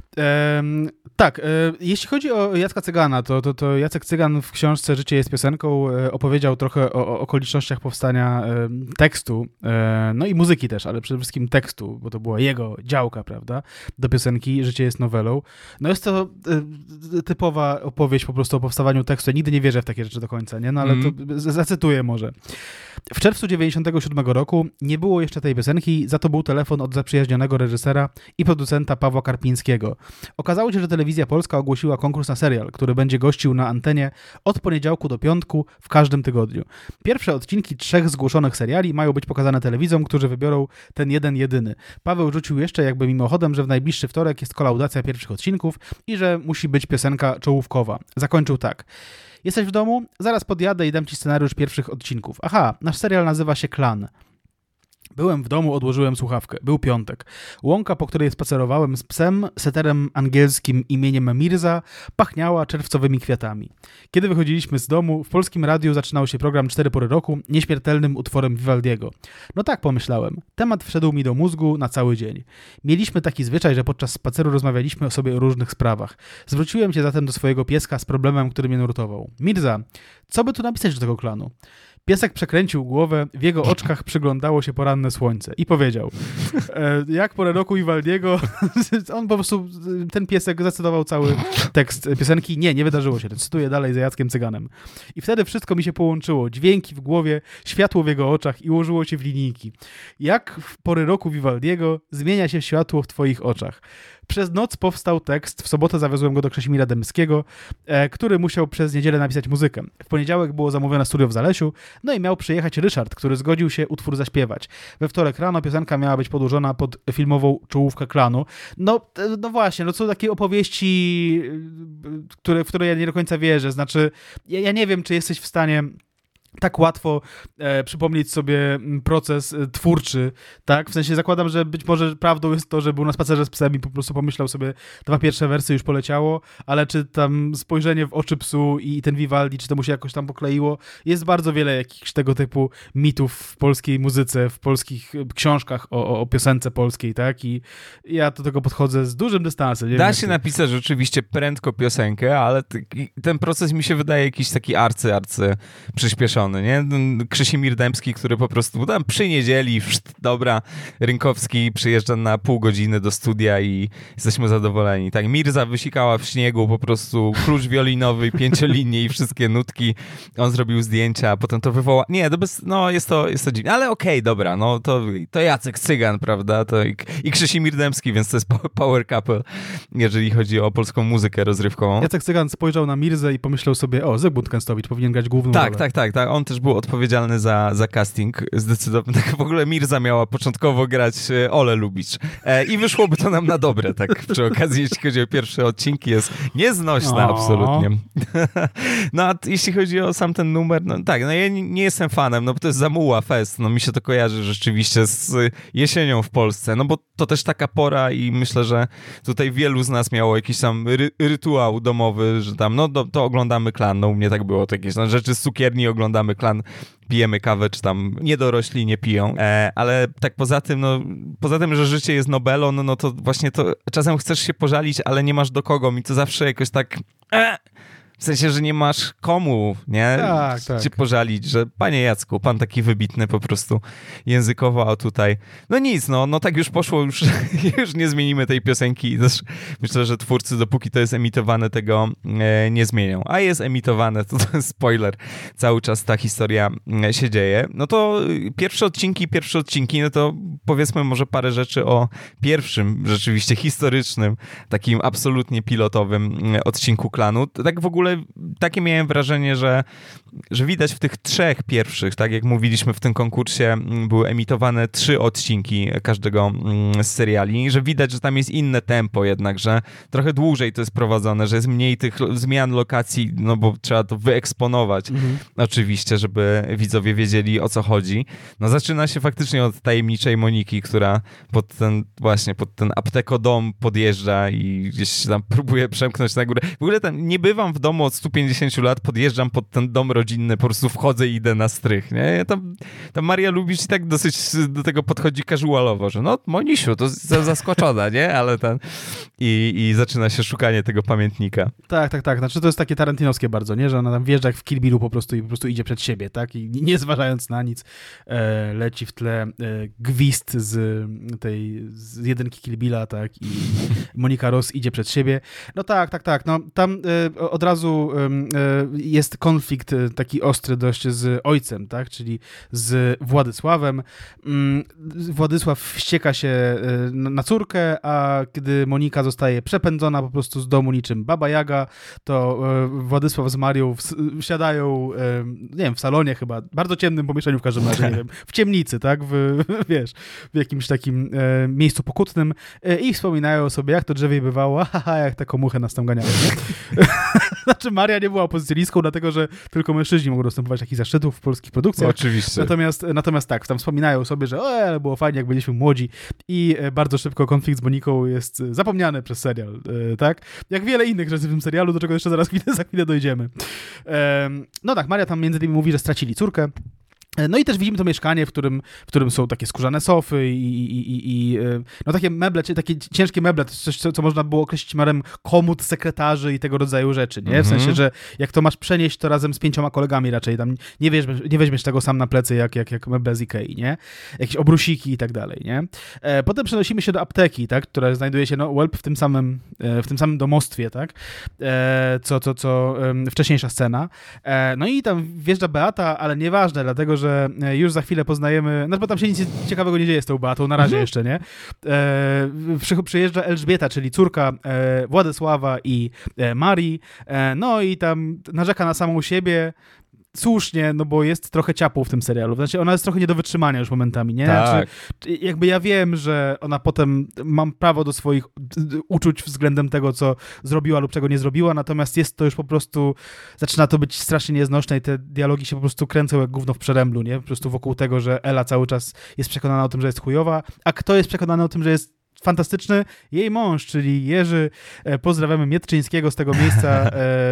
E, tak, e, jeśli chodzi o Jacka Cygana, to, to, to Jacek Cygan w książce Życie jest piosenką e, opowiedział trochę o, o okolicznościach powstania e, tekstu, e, no i muzyki też, ale przede wszystkim tekstu, bo to była jego działka, prawda, do piosenki Życie jest nowelą. No jest to e, typowa opowieść po prostu o powstawaniu tekstu. Ja nigdy nie wierzę w takie rzeczy do końca, nie? No ale mm. to z- zacytuję może. W czerwcu dziewięćdziesiątego siódmego roku nie było jeszcze tej piosenki, za to był telefon od zaprzyjaźnionego reżysera i producenta Pawła Karpińskiego. Okazało się, że Telewizja Polska ogłosiła konkurs na serial, który będzie gościł na antenie od poniedziałku do piątku w każdym tygodniu. Pierwsze odcinki trzech zgłoszonych seriali mają być pokazane telewidzom, którzy wybiorą ten jeden jedyny. Paweł rzucił jeszcze jakby mimochodem, że w najbliższy wtorek jest kolaudacja pierwszych odcinków i że musi być piosenka czołówkowa. Zakończył tak. Jesteś w domu? Zaraz podjadę i dam ci scenariusz pierwszych odcinków. Aha, nasz serial nazywa się Klan. Byłem w domu, odłożyłem słuchawkę. Był piątek. Łąka, po której spacerowałem z psem, seterem angielskim imieniem Mirza, pachniała czerwcowymi kwiatami. Kiedy wychodziliśmy z domu, w polskim radiu zaczynał się program Cztery pory roku, nieśmiertelnym utworem Vivaldiego. No tak, pomyślałem. Temat wszedł mi do mózgu na cały dzień. Mieliśmy taki zwyczaj, że podczas spaceru rozmawialiśmy o sobie o różnych sprawach. Zwróciłem się zatem do swojego pieska z problemem, który mnie nurtował. Mirza, co by tu napisać do tego klanu? Piesek przekręcił głowę, w jego oczkach przyglądało się poranne słońce i powiedział, e, jak porę roku Vivaldiego, on po prostu, ten piesek zacytował cały tekst piosenki, nie, nie wydarzyło się, cytuję dalej za Jackiem Cyganem. I wtedy wszystko mi się połączyło, dźwięki w głowie, światło w jego oczach i ułożyło się w linijki. Jak w pory roku Vivaldiego zmienia się światło w twoich oczach. Przez noc powstał tekst, w sobotę zawiozłem go do Krzesimira Dębskiego, e, który musiał przez niedzielę napisać muzykę. W poniedziałek było zamówione studio w Zalesiu, no i miał przyjechać Ryszard, który zgodził się utwór zaśpiewać. We wtorek rano piosenka miała być podłożona pod filmową czołówkę klanu. No, no właśnie, no są takie opowieści, które, w które ja nie do końca wierzę. Znaczy, ja, ja nie wiem, czy jesteś w stanie tak łatwo e, przypomnieć sobie proces e, twórczy, tak? W sensie zakładam, że być może prawdą jest to, że był na spacerze z psem i po prostu pomyślał sobie, dwa pierwsze wersy już poleciało, ale czy tam spojrzenie w oczy psu i ten Vivaldi, czy to mu się jakoś tam pokleiło? Jest bardzo wiele jakichś tego typu mitów w polskiej muzyce, w polskich książkach o, o, o piosence polskiej, tak? I ja do tego podchodzę z dużym dystansem. Nie da wiem, się ty... napisać rzeczywiście prędko piosenkę, ale ty, ten proces mi się wydaje jakiś taki arcy, arcy przyspieszony. Nie? Krzysimir Dębski, który po prostu tam przy niedzieli, wszt, dobra, Rynkowski przyjeżdża na pół godziny do studia i jesteśmy zadowoleni. Tak, Mirza wysikała w śniegu po prostu klucz wiolinowy, pięciolinnie i wszystkie nutki. On zrobił zdjęcia, a potem to wywoła... Nie, to bez... no jest to, jest to dziwne, ale okej, okay, dobra, no to, to Jacek Cygan, prawda? To i, i Krzysimir Dębski, więc to jest power couple, jeżeli chodzi o polską muzykę rozrywkową. Jacek Cygan spojrzał na Mirzę i pomyślał sobie, o, Zygmunt Kęstowicz powinien grać główną tak, rolę. Tak, tak, tak. On też był odpowiedzialny za, za casting. Zdecydowanie. Tak w ogóle Mirza miała początkowo grać Ole Lubicz. E, I wyszłoby to nam na dobre, tak przy okazji, jeśli chodzi o pierwsze odcinki, jest nieznośna o. absolutnie. No a jeśli chodzi o sam ten numer, no tak, no ja nie, nie jestem fanem, no bo to jest Zamuła Fest, no mi się to kojarzy rzeczywiście z jesienią w Polsce, no bo to też taka pora i myślę, że tutaj wielu z nas miało jakiś tam ry- rytuał domowy, że tam, no do, to oglądamy Klan, no u mnie tak było, to jakieś no, rzeczy z cukierni oglądamy Klan, pijemy kawę, czy tam niedorośli nie piją, e, ale tak poza tym, no poza tym, że życie jest Nobelą, no, no to właśnie to czasem chcesz się pożalić, ale nie masz do kogo, mi to zawsze jakoś tak... E, W sensie, że nie masz komu, nie? Tak, tak. Cię pożalić, że panie Jacku, pan taki wybitny po prostu językowo, a tutaj... No nic, no, no tak już poszło, już, już nie zmienimy tej piosenki i też myślę, że twórcy, dopóki to jest emitowane, tego e, nie zmienią. A jest emitowane, to, to jest spoiler, cały czas ta historia e, się dzieje. No to pierwsze odcinki, pierwsze odcinki, no to powiedzmy może parę rzeczy o pierwszym, rzeczywiście historycznym, takim absolutnie pilotowym e, odcinku Klanu. Tak w ogóle takie miałem wrażenie, że, że widać w tych trzech pierwszych, tak jak mówiliśmy w tym konkursie, były emitowane trzy odcinki każdego z seriali, że widać, że tam jest inne tempo jednak, że trochę dłużej to jest prowadzone, że jest mniej tych zmian lokacji, no bo trzeba to wyeksponować mhm. oczywiście, żeby widzowie wiedzieli, o co chodzi. No zaczyna się faktycznie od tajemniczej Moniki, która pod ten właśnie, pod ten aptekodom podjeżdża i gdzieś się tam próbuje przemknąć na górę. W ogóle tam nie bywam w domu od stu pięćdziesięciu lat, podjeżdżam pod ten dom rodzinny, po prostu wchodzę i idę na strych, nie? Tam, tam Maria Lubicz i tak dosyć do tego podchodzi casualowo, że no Monisiu, to zaskoczona, nie? Ale ten... I, I zaczyna się szukanie tego pamiętnika. Tak, tak, tak. Znaczy to jest takie tarantinowskie bardzo, nie? Że ona tam wjeżdża jak w Kill Billu po prostu i po prostu idzie przed siebie, tak? I nie zważając na nic, e, leci w tle e, gwizd z tej, z jedynki Kill Billa, tak? I Monika Ross idzie przed siebie. No tak, tak, tak. No tam e, od razu e, jest konflikt taki ostry dość z ojcem, tak? Czyli z Władysławem. Mm, Władysław wścieka się e, na córkę, a kiedy Monika zostaje przepędzona po prostu z domu niczym Baba Jaga, to e, Władysław z Marią w, wsiadają, e, nie wiem, w salonie chyba, bardzo ciemnym pomieszczeniu w każdym razie, nie wiem, w ciemnicy, tak, w, wiesz, w jakimś takim e, miejscu pokutnym e, i wspominają sobie, jak to drzewiej bywało, haha, jak taką muchę nas tam ganiało, nie? Znaczy Maria nie była opozycjonistką, dlatego, że tylko mężczyźni mogą dostępować takich zaszczytów w polskich produkcjach. Oczywiście. Natomiast, natomiast tak, tam wspominają sobie, że o, ale było fajnie, jak byliśmy młodzi i e, bardzo szybko konflikt z Moniką jest zapomniany przez serial, e, tak? Jak wiele innych rzeczy w tym serialu, do czego jeszcze zaraz chwilę, za chwilę dojdziemy. E, no tak, Maria tam między innymi mówi, że stracili córkę. No i też widzimy to mieszkanie, w którym, w którym są takie skórzane sofy i, i, i, i no takie meble, czy takie ciężkie meble, coś, co, co można było określić miarem komód, sekretarzy i tego rodzaju rzeczy, nie? W mm-hmm. sensie, że jak to masz przenieść, to razem z pięcioma kolegami raczej, tam nie weźmiesz, nie weźmiesz tego sam na plecy, jak, jak, jak meble z Ikei, nie? Jakieś obrusiki i tak dalej, nie? E, potem przenosimy się do apteki, tak? Która znajduje się, no, Welp w tym samym, e, w tym samym domostwie, tak? E, co, co, co e, wcześniejsza scena. E, no i tam wjeżdża Beata, ale nieważne, dlatego, że że już za chwilę poznajemy, no bo tam się nic ciekawego nie dzieje z tą Beatą, na razie jeszcze, nie? E, przy, przyjeżdża Elżbieta, czyli córka e, Władysława i e, Marii, e, no i tam narzeka na samą siebie, słusznie, no bo jest trochę ciapą w tym serialu. Znaczy, ona jest trochę nie do wytrzymania już momentami, nie? Tak. Znaczy, jakby ja wiem, że ona potem, mam prawo do swoich uczuć względem tego, co zrobiła lub czego nie zrobiła, natomiast jest to już po prostu, zaczyna to być strasznie nieznośne i te dialogi się po prostu kręcą jak gówno w przeręblu, nie? Po prostu wokół tego, że Ela cały czas jest przekonana o tym, że jest chujowa, a kto jest przekonany o tym, że jest fantastyczny? Jej mąż, czyli Jerzy, pozdrawiamy Mietczyńskiego z tego miejsca.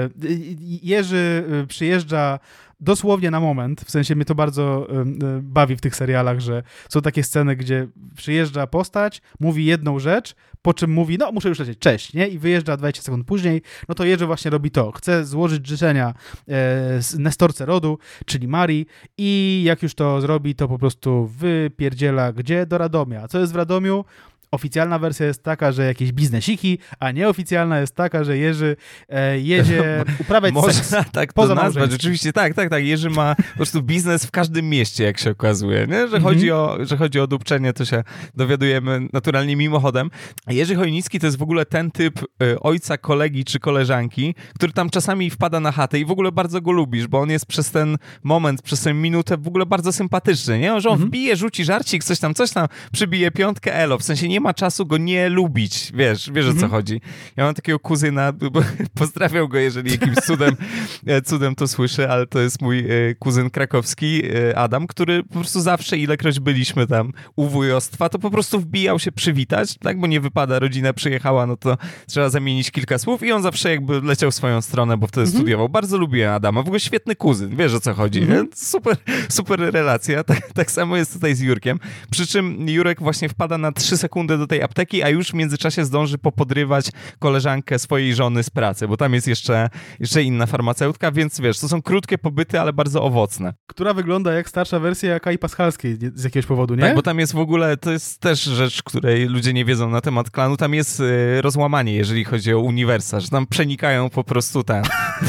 Jerzy przyjeżdża dosłownie na moment, w sensie mnie to bardzo y, bawi w tych serialach, że są takie sceny, gdzie przyjeżdża postać, mówi jedną rzecz, po czym mówi, no muszę już lecieć, cześć, nie? I wyjeżdża dwadzieścia sekund później, no to Jerzy właśnie robi to. Chce złożyć życzenia e, nestorce rodu, czyli Marii i jak już to zrobi, to po prostu wypierdziela gdzie? Do Radomia. Co jest w Radomiu? Oficjalna wersja jest taka, że jakieś biznesiki, a nieoficjalna jest taka, że Jerzy e, jedzie uprawiać Można seks tak poza to nazwać. małżeństwem. Rzeczywiście, tak, tak, tak. Jerzy ma po prostu biznes w każdym mieście, jak się okazuje. Nie? Że, mm-hmm. chodzi o, że chodzi o dupczenie, to się dowiadujemy naturalnie mimochodem. Jerzy Chojnicki to jest w ogóle ten typ y, ojca, kolegi czy koleżanki, który tam czasami wpada na chatę i w ogóle bardzo go lubisz, bo on jest przez ten moment, przez tę minutę w ogóle bardzo sympatyczny, nie? Że on mm-hmm. wbije, rzuci żarcik, coś tam, coś tam, przybije piątkę, elo. W sensie nie ma czasu go nie lubić, wiesz, wiesz mm-hmm. o co chodzi. Ja mam takiego kuzyna, pozdrawiam go, jeżeli jakimś cudem, cudem to słyszę, ale to jest mój kuzyn krakowski, Adam, który po prostu zawsze, ilekroć byliśmy tam u wujostwa, to po prostu wbijał się przywitać, tak, bo nie wypada, rodzina przyjechała, no to trzeba zamienić kilka słów i on zawsze jakby leciał w swoją stronę, bo wtedy mm-hmm. studiował. Bardzo lubię Adama, w ogóle świetny kuzyn, wiesz o co chodzi, mm-hmm. super, super relacja, tak, tak samo jest tutaj z Jurkiem, przy czym Jurek właśnie wpada na trzy sekundy do tej apteki, a już w międzyczasie zdąży popodrywać koleżankę swojej żony z pracy, bo tam jest jeszcze, jeszcze inna farmaceutka, więc wiesz, to są krótkie pobyty, ale bardzo owocne. Która wygląda jak starsza wersja Kai Paschalskiej z jakiegoś powodu, nie? Tak, bo tam jest w ogóle, to jest też rzecz, której ludzie nie wiedzą na temat klanu, tam jest y, rozłamanie, jeżeli chodzi o uniwersa, że tam przenikają po prostu ten.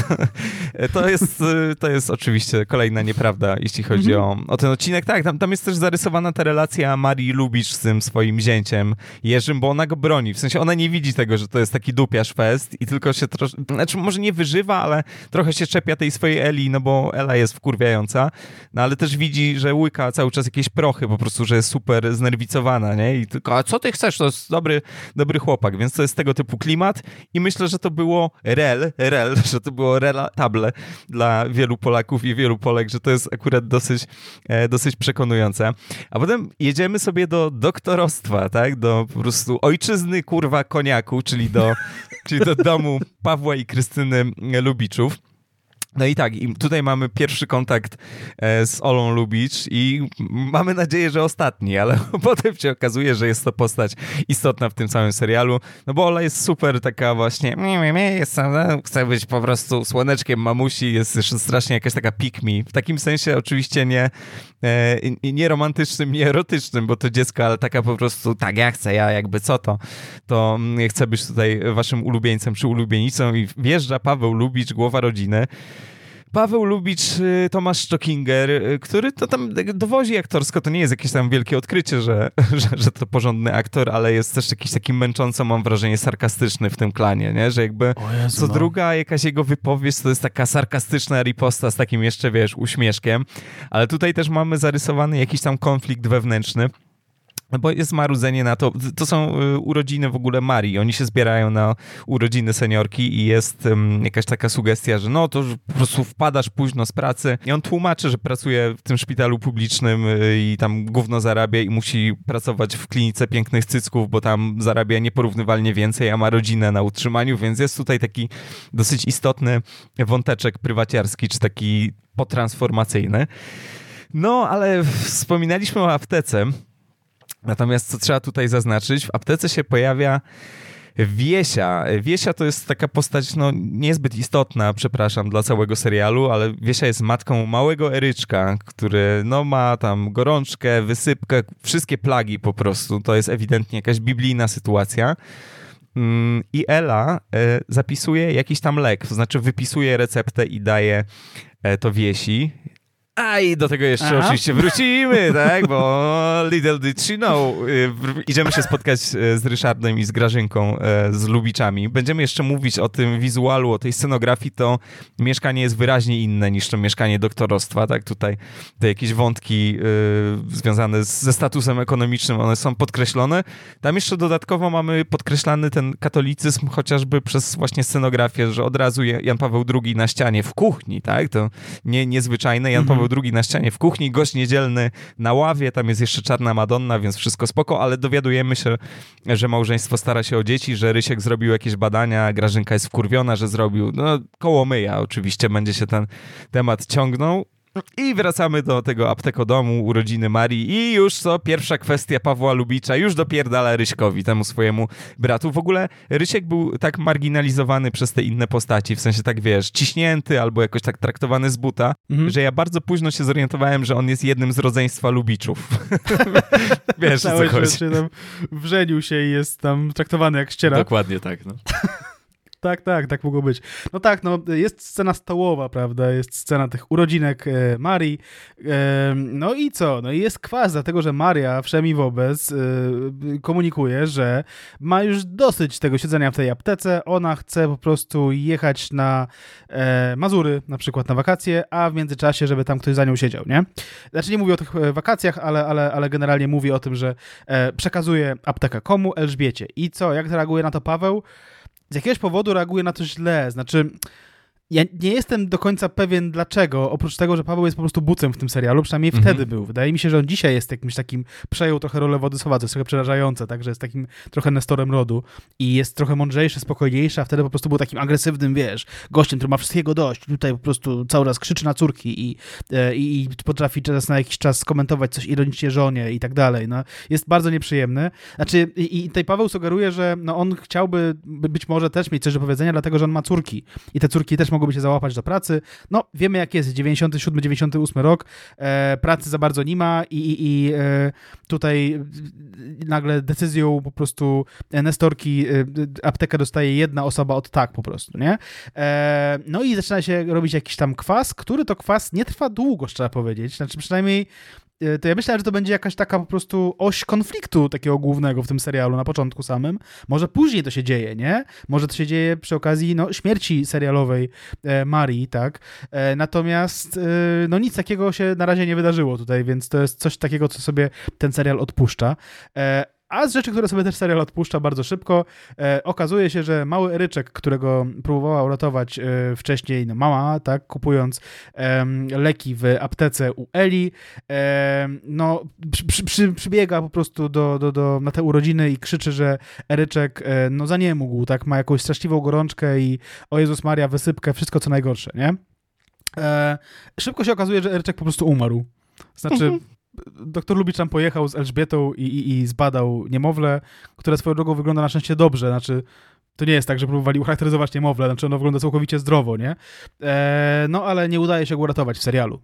to, jest, y, to jest oczywiście kolejna nieprawda, jeśli chodzi mm-hmm. o, o ten odcinek. Tak, tam, tam jest też zarysowana ta relacja Marii Lubicz z tym swoim zięciem Jerzym, bo ona go broni. W sensie ona nie widzi tego, że to jest taki dupiarz fest i tylko się troszkę, znaczy może nie wyżywa, ale trochę się czepia tej swojej Eli, no bo Ela jest wkurwiająca, no ale też widzi, że łyka cały czas jakieś prochy, po prostu, że jest super znerwicowana, nie? I tylko, a co ty chcesz? To jest dobry, dobry chłopak, więc to jest tego typu klimat i myślę, że to było rel, rel, że to było relatable dla wielu Polaków i wielu Polek, że to jest akurat dosyć, e, dosyć przekonujące. A potem jedziemy sobie do doktorostwa, tak? Do po prostu ojczyzny, kurwa, koniaku, czyli do, czyli do domu Pawła i Krystyny Lubiczów. No i tak, i tutaj mamy pierwszy kontakt e, z Olą Lubicz i mamy nadzieję, że ostatni, ale potem się okazuje, że jest to postać istotna w tym całym serialu, no bo Ola jest super taka właśnie, jest, chce być po prostu słoneczkiem mamusi, jest jeszcze strasznie jakaś taka pick me, w takim sensie oczywiście nie, e, nie romantycznym, nie erotycznym, bo to dziecko, ale taka po prostu, tak ja chcę, ja jakby co to, to chcę być tutaj waszym ulubieńcem czy ulubienicą i wjeżdża Paweł Lubicz, głowa rodziny. Paweł Lubicz, Tomasz Stockinger, który to tam dowozi aktorsko, to nie jest jakieś tam wielkie odkrycie, że, że, że to porządny aktor, ale jest też jakiś taki męcząco, mam wrażenie, sarkastyczny w tym klanie, nie? Że jakby Jezu, co no. druga jakaś jego wypowiedź to jest taka sarkastyczna riposta z takim jeszcze, wiesz, uśmieszkiem, ale tutaj też mamy zarysowany jakiś tam konflikt wewnętrzny. Bo jest marudzenie na to, to są urodziny w ogóle Marii, oni się zbierają na urodziny seniorki i jest um, jakaś taka sugestia, że no to że po prostu wpadasz późno z pracy i on tłumaczy, że pracuje w tym szpitalu publicznym i tam gówno zarabia i musi pracować w klinice pięknych cycków, bo tam zarabia nieporównywalnie więcej, a ma rodzinę na utrzymaniu, więc jest tutaj taki dosyć istotny wąteczek prywaciarski, czy taki potransformacyjny. No, ale wspominaliśmy o aptece. Natomiast co trzeba tutaj zaznaczyć, w aptece się pojawia Wiesia. Wiesia to jest taka postać, no niezbyt istotna, przepraszam, dla całego serialu, ale Wiesia jest matką małego Eryczka, który no ma tam gorączkę, wysypkę, wszystkie plagi po prostu. To jest ewidentnie jakaś biblijna sytuacja. I Ela zapisuje jakiś tam lek, to znaczy wypisuje receptę i daje to Wiesi. A i do tego jeszcze Aha. oczywiście wrócimy, tak, bo little did she know. Idziemy się spotkać z Ryszardem i z Grażynką, z Lubiczami. Będziemy jeszcze mówić o tym wizualu, o tej scenografii, to mieszkanie jest wyraźnie inne niż to mieszkanie doktorostwa, tak, tutaj te jakieś wątki y, związane z, ze statusem ekonomicznym, one są podkreślone. Tam jeszcze dodatkowo mamy podkreślany ten katolicyzm chociażby przez właśnie scenografię, że od razu Jan Paweł drugi na ścianie w kuchni, tak, to nie, niezwyczajne. Jan Paweł drugi na ścianie w kuchni, gość niedzielny na ławie, tam jest jeszcze Czarna Madonna, więc wszystko spoko, ale dowiadujemy się, że małżeństwo stara się o dzieci, że Rysiek zrobił jakieś badania, Grażynka jest wkurwiona, że zrobił, no kołomyja oczywiście, będzie się ten temat ciągnął. I wracamy do tego aptekodomu, urodziny Marii i już co, pierwsza kwestia Pawła Lubicza, już dopierdala Ryśkowi, temu swojemu bratu. W ogóle Rysiek był tak marginalizowany przez te inne postaci, w sensie tak wiesz, ciśnięty albo jakoś tak traktowany z buta, mhm. że ja bardzo późno się zorientowałem, że on jest jednym z rodzeństwa Lubiczów. Wiesz, o co chodzi. Tam wrzenił się i jest tam traktowany jak ściera. Dokładnie tak, no. Tak, tak, tak mogło być. No tak, no jest scena stołowa, prawda, jest scena tych urodzinek e, Marii, e, no i co? No i jest kwas, dlatego że Maria wszemi wobec e, komunikuje, że ma już dosyć tego siedzenia w tej aptece, ona chce po prostu jechać na e, Mazury, na przykład na wakacje, a w międzyczasie, żeby tam ktoś za nią siedział, nie? Znaczy nie mówię o tych wakacjach, ale, ale, ale generalnie mówi o tym, że e, przekazuje aptekę komu? Elżbiecie. I co? Jak reaguje na to Paweł? Z jakiegoś powodu reaguje na to źle, znaczy ja nie jestem do końca pewien dlaczego, oprócz tego, że Paweł jest po prostu bucem w tym serialu, przynajmniej mm-hmm. wtedy był. Wydaje mi się, że on dzisiaj jest jakimś takim, przejął trochę rolę Władysława, to jest trochę przerażające, tak, że jest takim trochę Nestorem rodu i jest trochę mądrzejszy, spokojniejszy, a wtedy po prostu był takim agresywnym, wiesz, gościem, który ma wszystkiego dość, tutaj po prostu cały raz krzyczy na córki i, i, i potrafi czas na jakiś czas skomentować coś ironicznie żonie i tak dalej, no. Jest bardzo nieprzyjemny. Znaczy i, i tutaj Paweł sugeruje, że no, on chciałby być może też mieć coś do powiedzenia, dlatego, że on ma córki i te córki też mogą mogłoby się załapać do pracy. No, wiemy jak jest, dziewięćdziesiąty siódmy dziewięćdziesiąty ósmy rok, e, pracy za bardzo nie ma i, i, i e, tutaj nagle decyzją po prostu Nestorki e, aptekę dostaje jedna osoba od tak po prostu, nie? E, no i zaczyna się robić jakiś tam kwas, który to kwas nie trwa długo, trzeba powiedzieć. Znaczy przynajmniej to ja myślałem, że to będzie jakaś taka po prostu oś konfliktu takiego głównego w tym serialu na początku samym. Może później to się dzieje, nie? Może to się dzieje przy okazji no, śmierci serialowej e, Marii, tak? E, natomiast e, no nic takiego się na razie nie wydarzyło tutaj, więc to jest coś takiego, co sobie ten serial odpuszcza. E, A z rzeczy, które sobie też serial odpuszcza bardzo szybko, e, okazuje się, że mały Eryczek, którego próbowała uratować e, wcześniej no, mama, tak, kupując e, leki w aptece u Eli, e, no, przy, przy, przybiega po prostu do, do, do, na te urodziny i krzyczy, że Eryczek e, no, za nie mógł, tak, ma jakąś straszliwą gorączkę i o Jezus Maria, wysypkę, wszystko co najgorsze, nie? E, szybko się okazuje, że Eryczek po prostu umarł. Znaczy... Mhm. Doktor Lubicz tam pojechał z Elżbietą i, i, i zbadał niemowlę, które swoją drogą wygląda na szczęście dobrze, znaczy to nie jest tak, że próbowali ucharakteryzować niemowlę, znaczy ono wygląda całkowicie zdrowo, nie? E, no ale nie udaje się go uratować w serialu.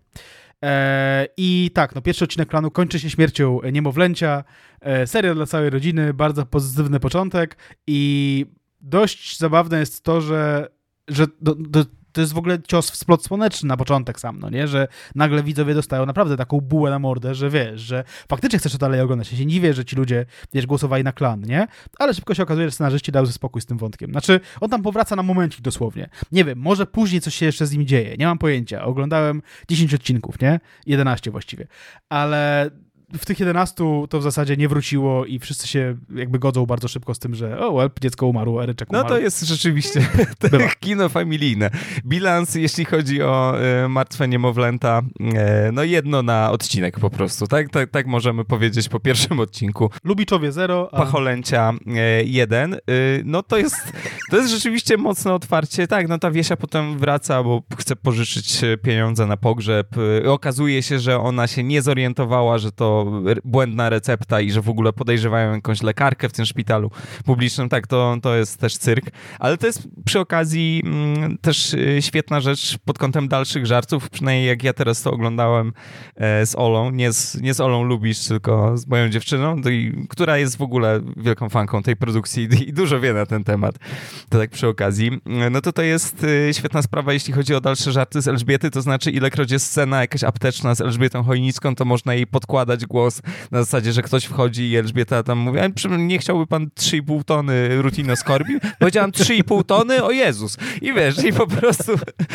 E, I tak, no pierwszy odcinek planu kończy się śmiercią niemowlęcia, e, serial dla całej rodziny, bardzo pozytywny początek i dość zabawne jest to, że, że do, do, to jest w ogóle cios w splot słoneczny na początek sam, no nie? Że nagle widzowie dostają naprawdę taką bułę na mordę, że wiesz, że faktycznie chcesz to dalej oglądać. Ja się nie wie, że ci ludzie, wiesz, głosowali na klan, nie? Ale szybko się okazuje, że scenarzyści dały sobie spokój z tym wątkiem. Znaczy, on tam powraca na momencik dosłownie. Nie wiem, może później coś się jeszcze z nim dzieje. Nie mam pojęcia. Oglądałem dziesięć odcinków, nie? jedenaście właściwie. Ale... w tych jedenastu to w zasadzie nie wróciło i wszyscy się jakby godzą bardzo szybko z tym, że o, well, dziecko umarło, Eryczek umarł. No to jest rzeczywiście kino familijne. Bilans, jeśli chodzi o e, martwe niemowlęta, e, no jedno na odcinek po prostu, tak? Tak, tak możemy powiedzieć po pierwszym odcinku. Lubiczowie zero, a... Pacholęcia e, jeden. E, no to jest, to jest rzeczywiście mocne otwarcie. Tak, no ta Wiesia potem wraca, bo chce pożyczyć pieniądze na pogrzeb. E, okazuje się, że ona się nie zorientowała, że to błędna recepta i że w ogóle podejrzewają jakąś lekarkę w tym szpitalu publicznym. Tak, to, to jest też cyrk. Ale to jest przy okazji mm, też świetna rzecz pod kątem dalszych żartów, przynajmniej jak ja teraz to oglądałem e, z Olą. Nie z, nie z Olą Lubisz, tylko z moją dziewczyną, i, która jest w ogóle wielką fanką tej produkcji i, i dużo wie na ten temat. To tak przy okazji. No to to jest e, świetna sprawa, jeśli chodzi o dalsze żarty z Elżbiety, to znaczy ilekroć jest scena jakaś apteczna z Elżbietą Chojnicką, to można jej podkładać głos na zasadzie, że ktoś wchodzi i Elżbieta tam mówi, nie chciałby pan trzy i pół tony rutinoskorbi? Powiedziałam trzy i pół tony? O Jezus! I wiesz, i po prostu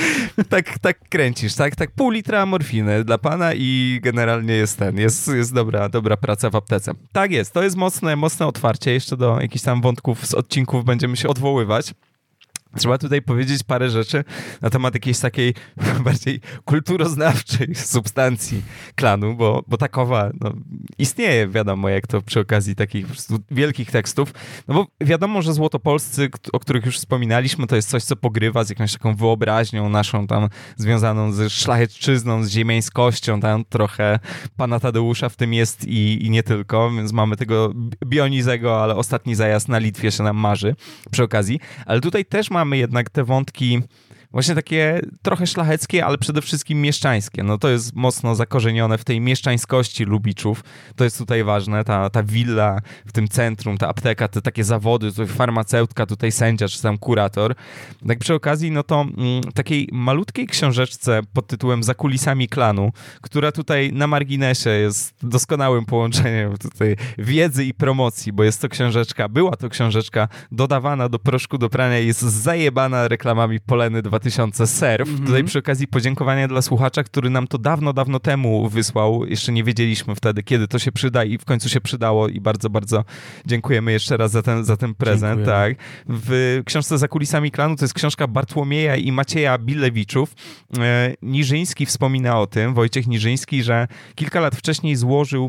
tak, tak kręcisz, tak? Tak pół litra morfiny dla pana i generalnie jest ten, jest, jest dobra, dobra praca w aptece. Tak jest, to jest mocne, mocne otwarcie. Jeszcze do jakichś tam wątków z odcinków będziemy się odwoływać. Trzeba tutaj powiedzieć parę rzeczy na temat jakiejś takiej bardziej kulturoznawczej substancji klanu, bo, bo takowa no, istnieje, wiadomo, jak to przy okazji takich po prostu wielkich tekstów. No bo wiadomo, że złotopolscy, o których już wspominaliśmy, to jest coś, co pogrywa z jakąś taką wyobraźnią naszą tam związaną ze szlachecczyzną, z ziemiańskością, tam trochę pana Tadeusza w tym jest i, i nie tylko, więc mamy tego Bionizego, ale ostatni zajazd na Litwie się nam marzy przy okazji. Ale tutaj też mamy Mamy jednak te wątki właśnie takie trochę szlacheckie, ale przede wszystkim mieszczańskie. No to jest mocno zakorzenione w tej mieszczańskości Lubiczów. To jest tutaj ważne. Ta, ta willa w tym centrum, ta apteka, te takie zawody, tutaj farmaceutka, tutaj sędzia, czy tam kurator. Tak przy okazji, no to mm, takiej malutkiej książeczce pod tytułem Za kulisami klanu, która tutaj na marginesie jest doskonałym połączeniem tutaj wiedzy i promocji, bo jest to książeczka, była to książeczka dodawana do proszku do prania, jest zajebana reklamami Poleny dwa tysiące Surf. Mm-hmm. Tutaj przy okazji podziękowania dla słuchacza, który nam to dawno, dawno temu wysłał. Jeszcze nie wiedzieliśmy wtedy, kiedy to się przyda i w końcu się przydało i bardzo, bardzo dziękujemy jeszcze raz za ten, za ten prezent. Dziękuję. Tak. W książce Za kulisami klanu to jest książka Bartłomieja i Macieja Bilewiczów. E, Niżyński wspomina o tym, Wojciech Niżyński, że kilka lat wcześniej złożył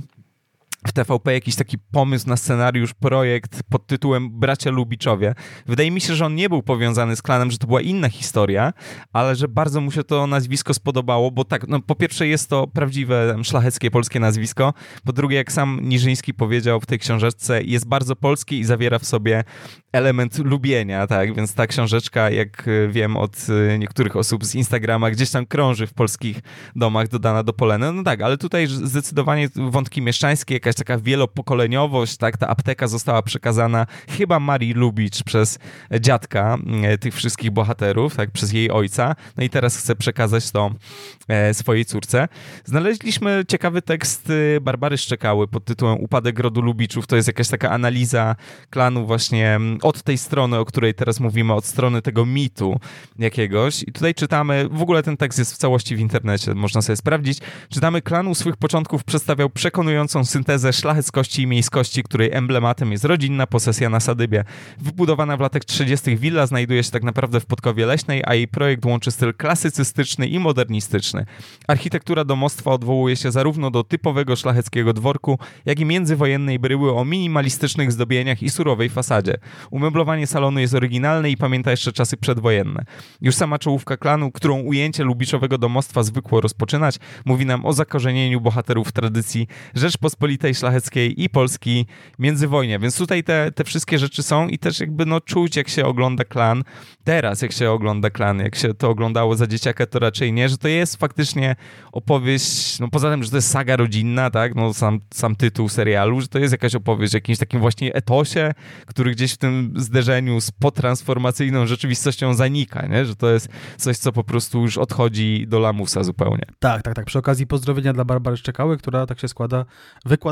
w T V P jakiś taki pomysł na scenariusz, projekt pod tytułem Bracia Lubiczowie. Wydaje mi się, że on nie był powiązany z klanem, że to była inna historia, ale że bardzo mu się to nazwisko spodobało, bo tak, no po pierwsze jest to prawdziwe szlacheckie polskie nazwisko, po drugie, jak sam Niżyński powiedział w tej książeczce, jest bardzo polski i zawiera w sobie element lubienia, tak, więc ta książeczka, jak wiem od niektórych osób z Instagrama, gdzieś tam krąży w polskich domach, dodana do Poleny. No tak, ale tutaj zdecydowanie wątki mieszczańskie, jakaś taka wielopokoleniowość, tak, ta apteka została przekazana chyba Marii Lubicz przez dziadka e, tych wszystkich bohaterów, tak, przez jej ojca, no i teraz chce przekazać to e, swojej córce. Znaleźliśmy ciekawy tekst Barbary Szczekały pod tytułem Upadek rodu Lubiczów, to jest jakaś taka analiza klanu właśnie od tej strony, o której teraz mówimy, od strony tego mitu jakiegoś i tutaj czytamy, w ogóle ten tekst jest w całości w internecie, można sobie sprawdzić, czytamy: klan u swych początków przedstawiał przekonującą syntezę szlacheckości i miejskości, której emblematem jest rodzinna posesja na Sadybie. Wybudowana w latach trzydziestych willa znajduje się tak naprawdę w Podkowie Leśnej, a jej projekt łączy styl klasycystyczny i modernistyczny. Architektura domostwa odwołuje się zarówno do typowego szlacheckiego dworku, jak i międzywojennej bryły o minimalistycznych zdobieniach i surowej fasadzie. Umeblowanie salonu jest oryginalne i pamięta jeszcze czasy przedwojenne. Już sama czołówka klanu, którą ujęcie lubiczowego domostwa zwykło rozpoczynać, mówi nam o zakorzenieniu bohaterów tradycji Rzeczpospolitej Szlacheckiej i Polski międzywojnia. Więc tutaj te, te wszystkie rzeczy są i też jakby no czuć, jak się ogląda klan. Teraz, jak się ogląda klan, jak się to oglądało za dzieciaka, to raczej nie, że to jest faktycznie opowieść, no poza tym, że to jest saga rodzinna, tak, no sam, sam tytuł serialu, że to jest jakaś opowieść o jakimś takim właśnie etosie, który gdzieś w tym zderzeniu z potransformacyjną rzeczywistością zanika, nie? Że to jest coś, co po prostu już odchodzi do lamusa zupełnie. Tak, tak, tak. Przy okazji pozdrowienia dla Barbary Szczekały, która tak się składa, wykładała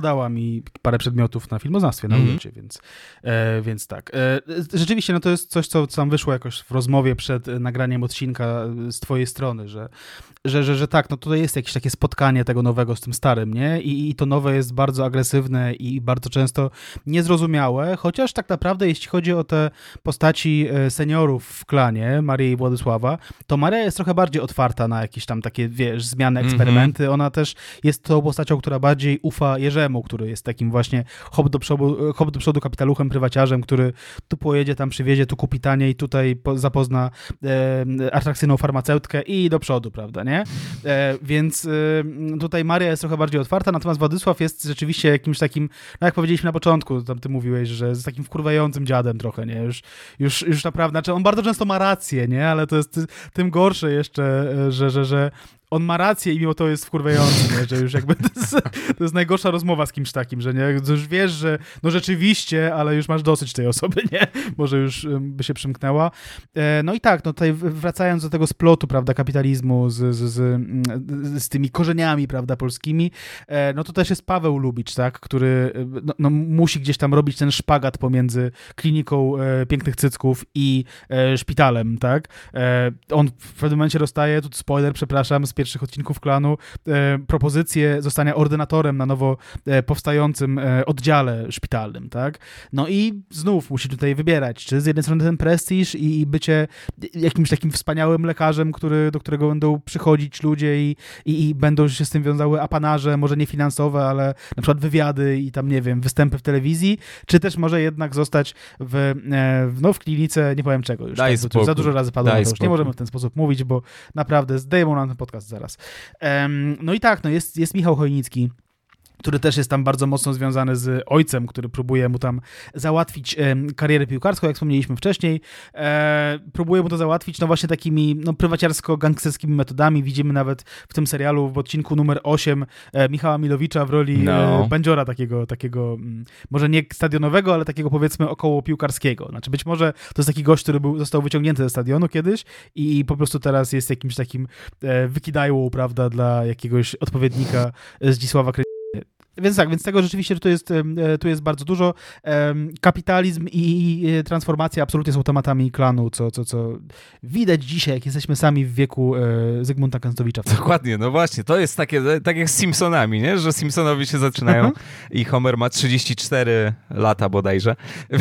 wykładała mi parę przedmiotów na filmoznawstwie na Mhm. ulicy, więc, e, więc tak. E, rzeczywiście, no to jest coś, co tam wyszło jakoś w rozmowie przed nagraniem odcinka z twojej strony, że, że, że, że tak, no tutaj jest jakieś takie spotkanie tego nowego z tym starym, nie? I, i to nowe jest bardzo agresywne i bardzo często niezrozumiałe, chociaż tak naprawdę jeśli chodzi o te postaci seniorów w klanie, Marii i Władysława, to Maria jest trochę bardziej otwarta na jakieś tam takie, wiesz, zmiany, eksperymenty. Mm-hmm. Ona też jest tą postacią, która bardziej ufa Jerzemu, który jest takim właśnie hop do przodu, hop do przodu kapitaluchem, prywaciarzem, który tu pojedzie, tam przywiezie, tu kupi taniej, tutaj po, zapozna e, atrakcyjną farmaceutkę i do przodu, prawda, nie? E, więc e, tutaj Maria jest trochę bardziej otwarta, natomiast Władysław jest rzeczywiście jakimś takim, no jak powiedzieliśmy na początku, tam ty mówiłeś, że jest takim wkurwającym dziadem trochę, nie? Już, już, już naprawdę, znaczy on bardzo często ma rację, nie? Ale to jest tym gorsze jeszcze, że, że, że on ma rację i mimo to jest wkurwiający, nie? Że już jakby to jest, to jest najgorsza rozmowa z kimś takim, że nie, już wiesz, że no rzeczywiście, ale już masz dosyć tej osoby, nie? Może już by się przymknęła. No i tak, no tutaj wracając do tego splotu, prawda, kapitalizmu z, z, z, z tymi korzeniami, prawda, polskimi, no to też jest Paweł Lubicz, tak, który no, no musi gdzieś tam robić ten szpagat pomiędzy kliniką e, pięknych cycków i e, szpitalem, tak? E, on w pewnym momencie rozstaje, tu spoiler, przepraszam, z pierwszych odcinków klanu, e, propozycję zostania ordynatorem na nowo e, powstającym e, oddziale szpitalnym, tak? No i znów musi tutaj wybierać, czy z jednej strony ten prestiż i, i bycie jakimś takim wspaniałym lekarzem, który, do którego będą przychodzić ludzie i, i, i będą się z tym wiązały apanarze, może nie finansowe, ale na przykład wywiady i tam, nie wiem, występy w telewizji, czy też może jednak zostać w, e, w, no, w klinice, nie powiem czego już. Daj tak, już za dużo razy padło, Daj to już nie możemy w ten sposób mówić, bo naprawdę zdejmą nam ten podcast zaraz. Um, no i tak, no jest, jest Michał Chojnicki, który też jest tam bardzo mocno związany z ojcem, który próbuje mu tam załatwić e, karierę piłkarską, jak wspomnieliśmy wcześniej. E, próbuje mu to załatwić no właśnie takimi no, prywaciarsko-gangsterskimi metodami. Widzimy nawet w tym serialu w odcinku numer osiem e, Michała Milowicza w roli no. e, bandziora takiego, takiego m, może nie stadionowego, ale takiego powiedzmy około piłkarskiego. Znaczy być może to jest taki gość, który był, został wyciągnięty ze stadionu kiedyś i, i po prostu teraz jest jakimś takim e, wykidajłą, prawda, dla jakiegoś odpowiednika Zdzisława Krę... Więc tak, więc tego rzeczywiście tu jest, tu jest bardzo dużo. Kapitalizm i transformacja absolutnie są tematami klanu, co, co, co widać dzisiaj, jak jesteśmy sami w wieku Zygmunta Kęstowicza. Dokładnie, no właśnie, to jest takie, tak jak z Simpsonami, nie? Że Simpsonowie się zaczynają uh-huh. i Homer ma trzydzieści cztery lata bodajże,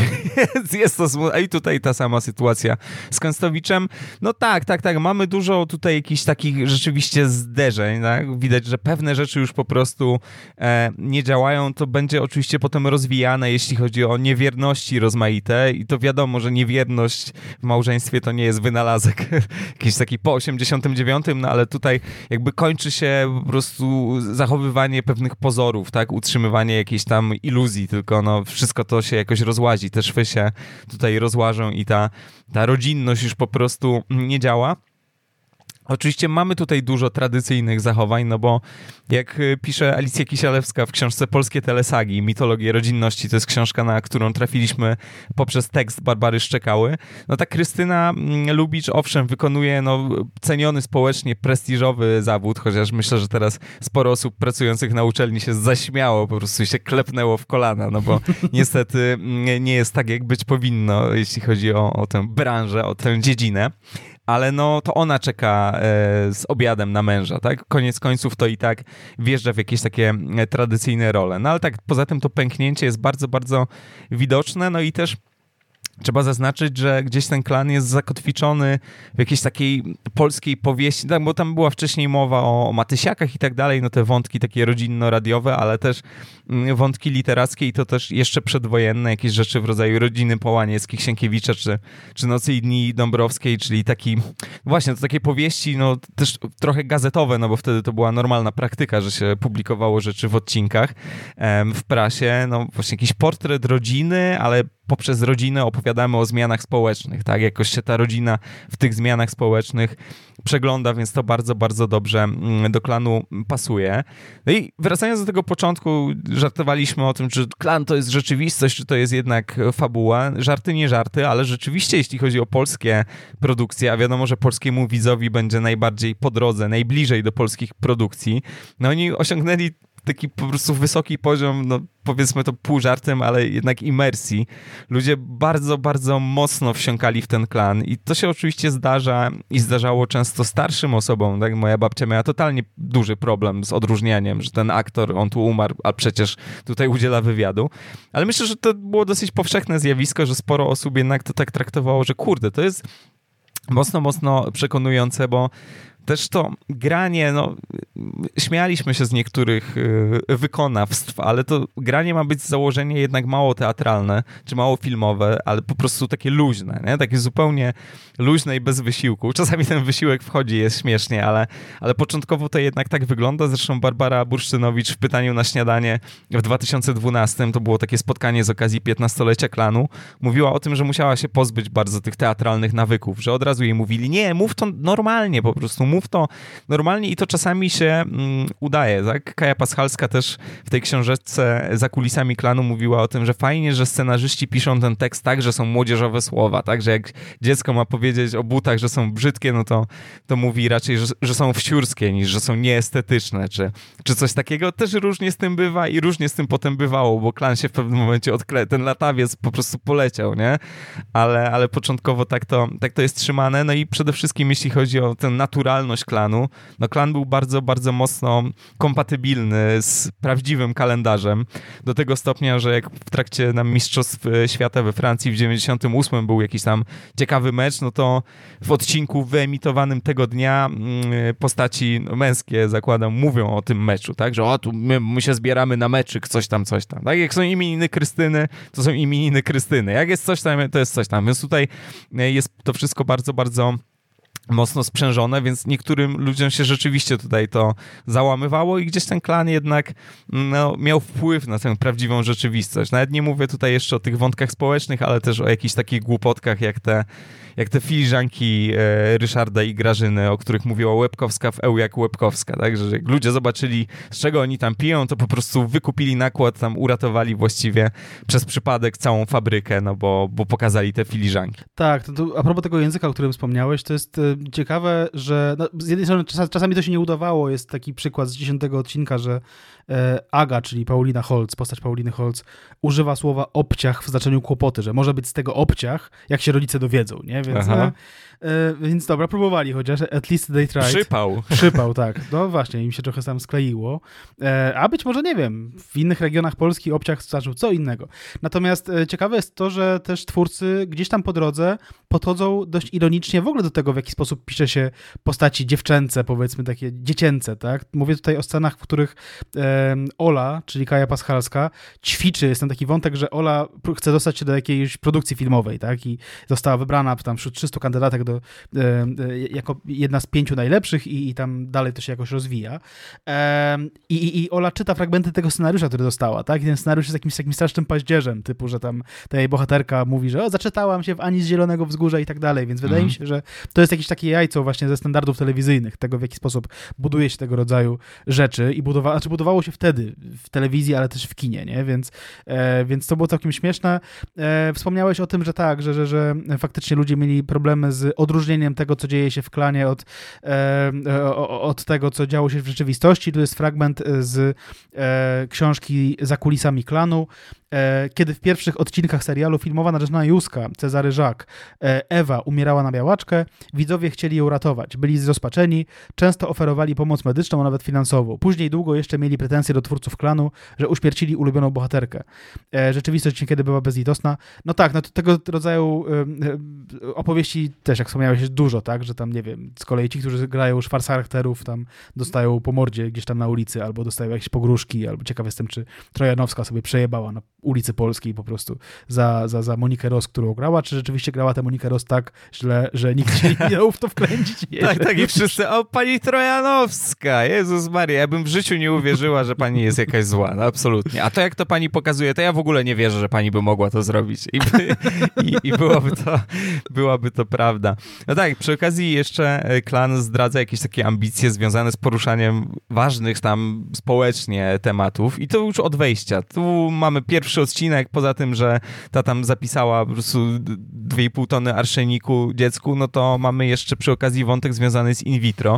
więc jest to smutne. I tutaj ta sama sytuacja z Kęstowiczem. No tak, tak, tak, mamy dużo tutaj jakichś takich rzeczywiście zderzeń, tak? Widać, że pewne rzeczy już po prostu e, nie działają, to będzie oczywiście potem rozwijane, jeśli chodzi o niewierności rozmaite i to wiadomo, że niewierność w małżeństwie to nie jest wynalazek jakiś taki po osiemdziesiątym dziewiątym, no ale tutaj jakby kończy się po prostu zachowywanie pewnych pozorów, tak, utrzymywanie jakiejś tam iluzji, tylko no wszystko to się jakoś rozłazi, te szwy się tutaj rozłażą i ta, ta rodzinność już po prostu nie działa. Oczywiście mamy tutaj dużo tradycyjnych zachowań, no bo jak pisze Alicja Kisielewska w książce Polskie telesagi, Mitologie rodzinności, to jest książka, na którą trafiliśmy poprzez tekst Barbary Szczekały, no ta Krystyna Lubicz, owszem, wykonuje no, ceniony społecznie, prestiżowy zawód, chociaż myślę, że teraz sporo osób pracujących na uczelni się zaśmiało, po prostu się klepnęło w kolana, no bo niestety nie jest tak, jak być powinno, jeśli chodzi o, o tę branżę, o tę dziedzinę. Ale no to ona czeka e, z obiadem na męża, tak? Koniec końców to i tak wjeżdża w jakieś takie e, tradycyjne role. No ale tak, poza tym to pęknięcie jest bardzo, bardzo widoczne, no i też trzeba zaznaczyć, że gdzieś ten klan jest zakotwiczony w jakiejś takiej polskiej powieści, tak, bo tam była wcześniej mowa o Matysiakach i tak dalej, no te wątki takie rodzinno-radiowe, ale też wątki literackie i to też jeszcze przedwojenne, jakieś rzeczy w rodzaju Rodziny Połanieckiej, Sienkiewicza czy, czy Nocy i Dni Dąbrowskiej, czyli taki, właśnie to takie powieści, no też trochę gazetowe, no bo wtedy to była normalna praktyka, że się publikowało rzeczy w odcinkach em, w prasie, no właśnie jakiś portret rodziny, ale poprzez rodzinę opowiadamy o zmianach społecznych, tak? Jakoś się ta rodzina w tych zmianach społecznych przegląda, więc to bardzo, bardzo dobrze do klanu pasuje. No i wracając do tego początku, żartowaliśmy o tym, czy klan to jest rzeczywistość, czy to jest jednak fabuła. Żarty nie żarty, ale rzeczywiście jeśli chodzi o polskie produkcje, a wiadomo, że polskiemu widzowi będzie najbardziej po drodze, najbliżej do polskich produkcji, no oni osiągnęli taki po prostu wysoki poziom, no powiedzmy to pół żartem, ale jednak imersji. Ludzie bardzo, bardzo mocno wsiąkali w ten klan i to się oczywiście zdarza i zdarzało często starszym osobom, tak? Moja babcia miała totalnie duży problem z odróżnianiem, że ten aktor, on tu umarł, a przecież tutaj udziela wywiadu. Ale myślę, że to było dosyć powszechne zjawisko, że sporo osób jednak to tak traktowało, że kurde, to jest mocno, mocno przekonujące, bo też to granie, no śmialiśmy się z niektórych y, wykonawstw, ale to granie ma być z założenia jednak mało teatralne, czy mało filmowe, ale po prostu takie luźne, nie? Takie zupełnie luźne i bez wysiłku. Czasami ten wysiłek wchodzi, jest śmiesznie, ale, ale początkowo to jednak tak wygląda. Zresztą Barbara Bursztynowicz w Pytaniu na śniadanie w dwa tysiące dwunastym, to było takie spotkanie z okazji piętnastolecia klanu, mówiła o tym, że musiała się pozbyć bardzo tych teatralnych nawyków, że od razu jej mówili, nie, mów to normalnie po prostu, mów to normalnie i to czasami się mm, udaje, tak? Kaja Paschalska też w tej książeczce Za kulisami klanu mówiła o tym, że fajnie, że scenarzyści piszą ten tekst tak, że są młodzieżowe słowa, tak? Że jak dziecko ma powiedzieć o butach, że są brzydkie, no to, to mówi raczej, że, że są wściurskie, niż że są nieestetyczne, czy, czy coś takiego. Też różnie z tym bywa i różnie z tym potem bywało, bo klan się w pewnym momencie odkleił, ten latawiec po prostu poleciał, nie? Ale, ale początkowo tak to, tak to jest trzymane, no i przede wszystkim jeśli chodzi o tę naturalność klanu, no klan był bardzo, bardzo mocno kompatybilny z prawdziwym kalendarzem, do tego stopnia, że jak w trakcie nam Mistrzostw Świata we Francji w dziewięćdziesiątym ósmym był jakiś tam ciekawy mecz, no to w odcinku wyemitowanym tego dnia postaci męskie, zakładam, mówią o tym meczu, tak, że o, tu my, my się zbieramy na meczyk, coś tam, coś tam, tak, jak są imieniny Krystyny, to są imieniny Krystyny, jak jest coś tam, to jest coś tam, więc tutaj jest to wszystko bardzo, bardzo mocno sprzężone, więc niektórym ludziom się rzeczywiście tutaj to załamywało i gdzieś ten klan jednak no, miał wpływ na tę prawdziwą rzeczywistość. Nawet nie mówię tutaj jeszcze o tych wątkach społecznych, ale też o jakichś takich głupotkach jak te, jak te filiżanki e, Ryszarda i Grażyny, o których mówiła Łebkowska w Eł jak Łebkowska, tak? Że jak ludzie zobaczyli, z czego oni tam piją, to po prostu wykupili nakład, tam uratowali właściwie przez przypadek całą fabrykę, no bo, bo pokazali te filiżanki. Tak, to, to a propos tego języka, o którym wspomniałeś, to jest ciekawe, że no, z jednej strony czas, czasami to się nie udawało. Jest taki przykład z dziesiątego odcinka, że e, Aga, czyli Paulina Holz, postać Pauliny Holz, używa słowa obciach w znaczeniu kłopoty, że może być z tego obciach, jak się rodzice dowiedzą, nie? Więc, e, e, więc dobra, próbowali chociaż, at least they tried. Przypał. Przypał, tak. No właśnie, im się trochę tam skleiło. E, a być może, nie wiem, w innych regionach Polski obciach znaczył co innego. Natomiast e, ciekawe jest to, że też twórcy gdzieś tam po drodze podchodzą dość ironicznie w ogóle do tego, w jaki sposób pisze się postaci dziewczęce, powiedzmy takie dziecięce, tak? Mówię tutaj o scenach, w których e, Ola, czyli Kaja Paschalska, ćwiczy. Jest tam taki wątek, że Ola chce dostać się do jakiejś produkcji filmowej, tak? I została wybrana tam wśród trzystu kandydatek do, e, e, jako jedna z pięciu najlepszych i, i tam dalej to się jakoś rozwija. E, i, I Ola czyta fragmenty tego scenariusza, który dostała, tak? I ten scenariusz jest jakimś takim strasznym paździerzem, typu, że tam ta jej bohaterka mówi, że o, zaczytałam się w Ani z Zielonego Wzgórza i tak dalej, więc wydaje mhm. mi się, że to jest jakieś takie jajco właśnie ze standardów telewizyjnych, tego w jaki sposób buduje się tego rodzaju rzeczy i budowa, znaczy budowało się wtedy w telewizji, ale też w kinie, nie? Więc, e, więc to było całkiem śmieszne. E, wspomniałeś o tym, że tak, że, że, że faktycznie ludzie mieli problemy z odróżnieniem tego, co dzieje się w klanie od, e, od tego, co działo się w rzeczywistości. Tu jest fragment z e, książki Za kulisami klanu, kiedy w pierwszych odcinkach serialu filmowa narzeczona Józka, Cezary Jacques, Ewa umierała na białaczkę, widzowie chcieli ją ratować. Byli zrozpaczeni, często oferowali pomoc medyczną, a nawet finansową. Później długo jeszcze mieli pretensje do twórców klanu, że uśmiercili ulubioną bohaterkę. Rzeczywistość niekiedy była bezlitosna. No tak, no to tego rodzaju opowieści też, jak wspomniałeś, jest dużo, tak, że tam, nie wiem, z kolei ci, którzy grają szwarc charakterów, tam dostają po mordzie gdzieś tam na ulicy, albo dostają jakieś pogróżki, albo ciekaw jestem, czy Trojanowska sobie przejebała na ulicy Polskiej po prostu za, za, za Monikę Ros, którą grała, czy rzeczywiście grała tę Monikę Ros tak źle, że nikt się nie dał w to wkręcić? Nie, tak, tak i wszyscy, o pani Trojanowska, Jezus Maria, ja bym w życiu nie uwierzyła, że pani jest jakaś zła, no absolutnie. A to jak to pani pokazuje, to ja w ogóle nie wierzę, że pani by mogła to zrobić i, by, i, i byłoby, to, byłaby to prawda. No tak, przy okazji jeszcze klan zdradza jakieś takie ambicje związane z poruszaniem ważnych tam społecznie tematów i to już od wejścia. Tu mamy pierwszy pierwszy odcinek, poza tym, że ta tam zapisała po prostu dwie i pół tony arszeniku dziecku, no to mamy jeszcze przy okazji wątek związany z in vitro.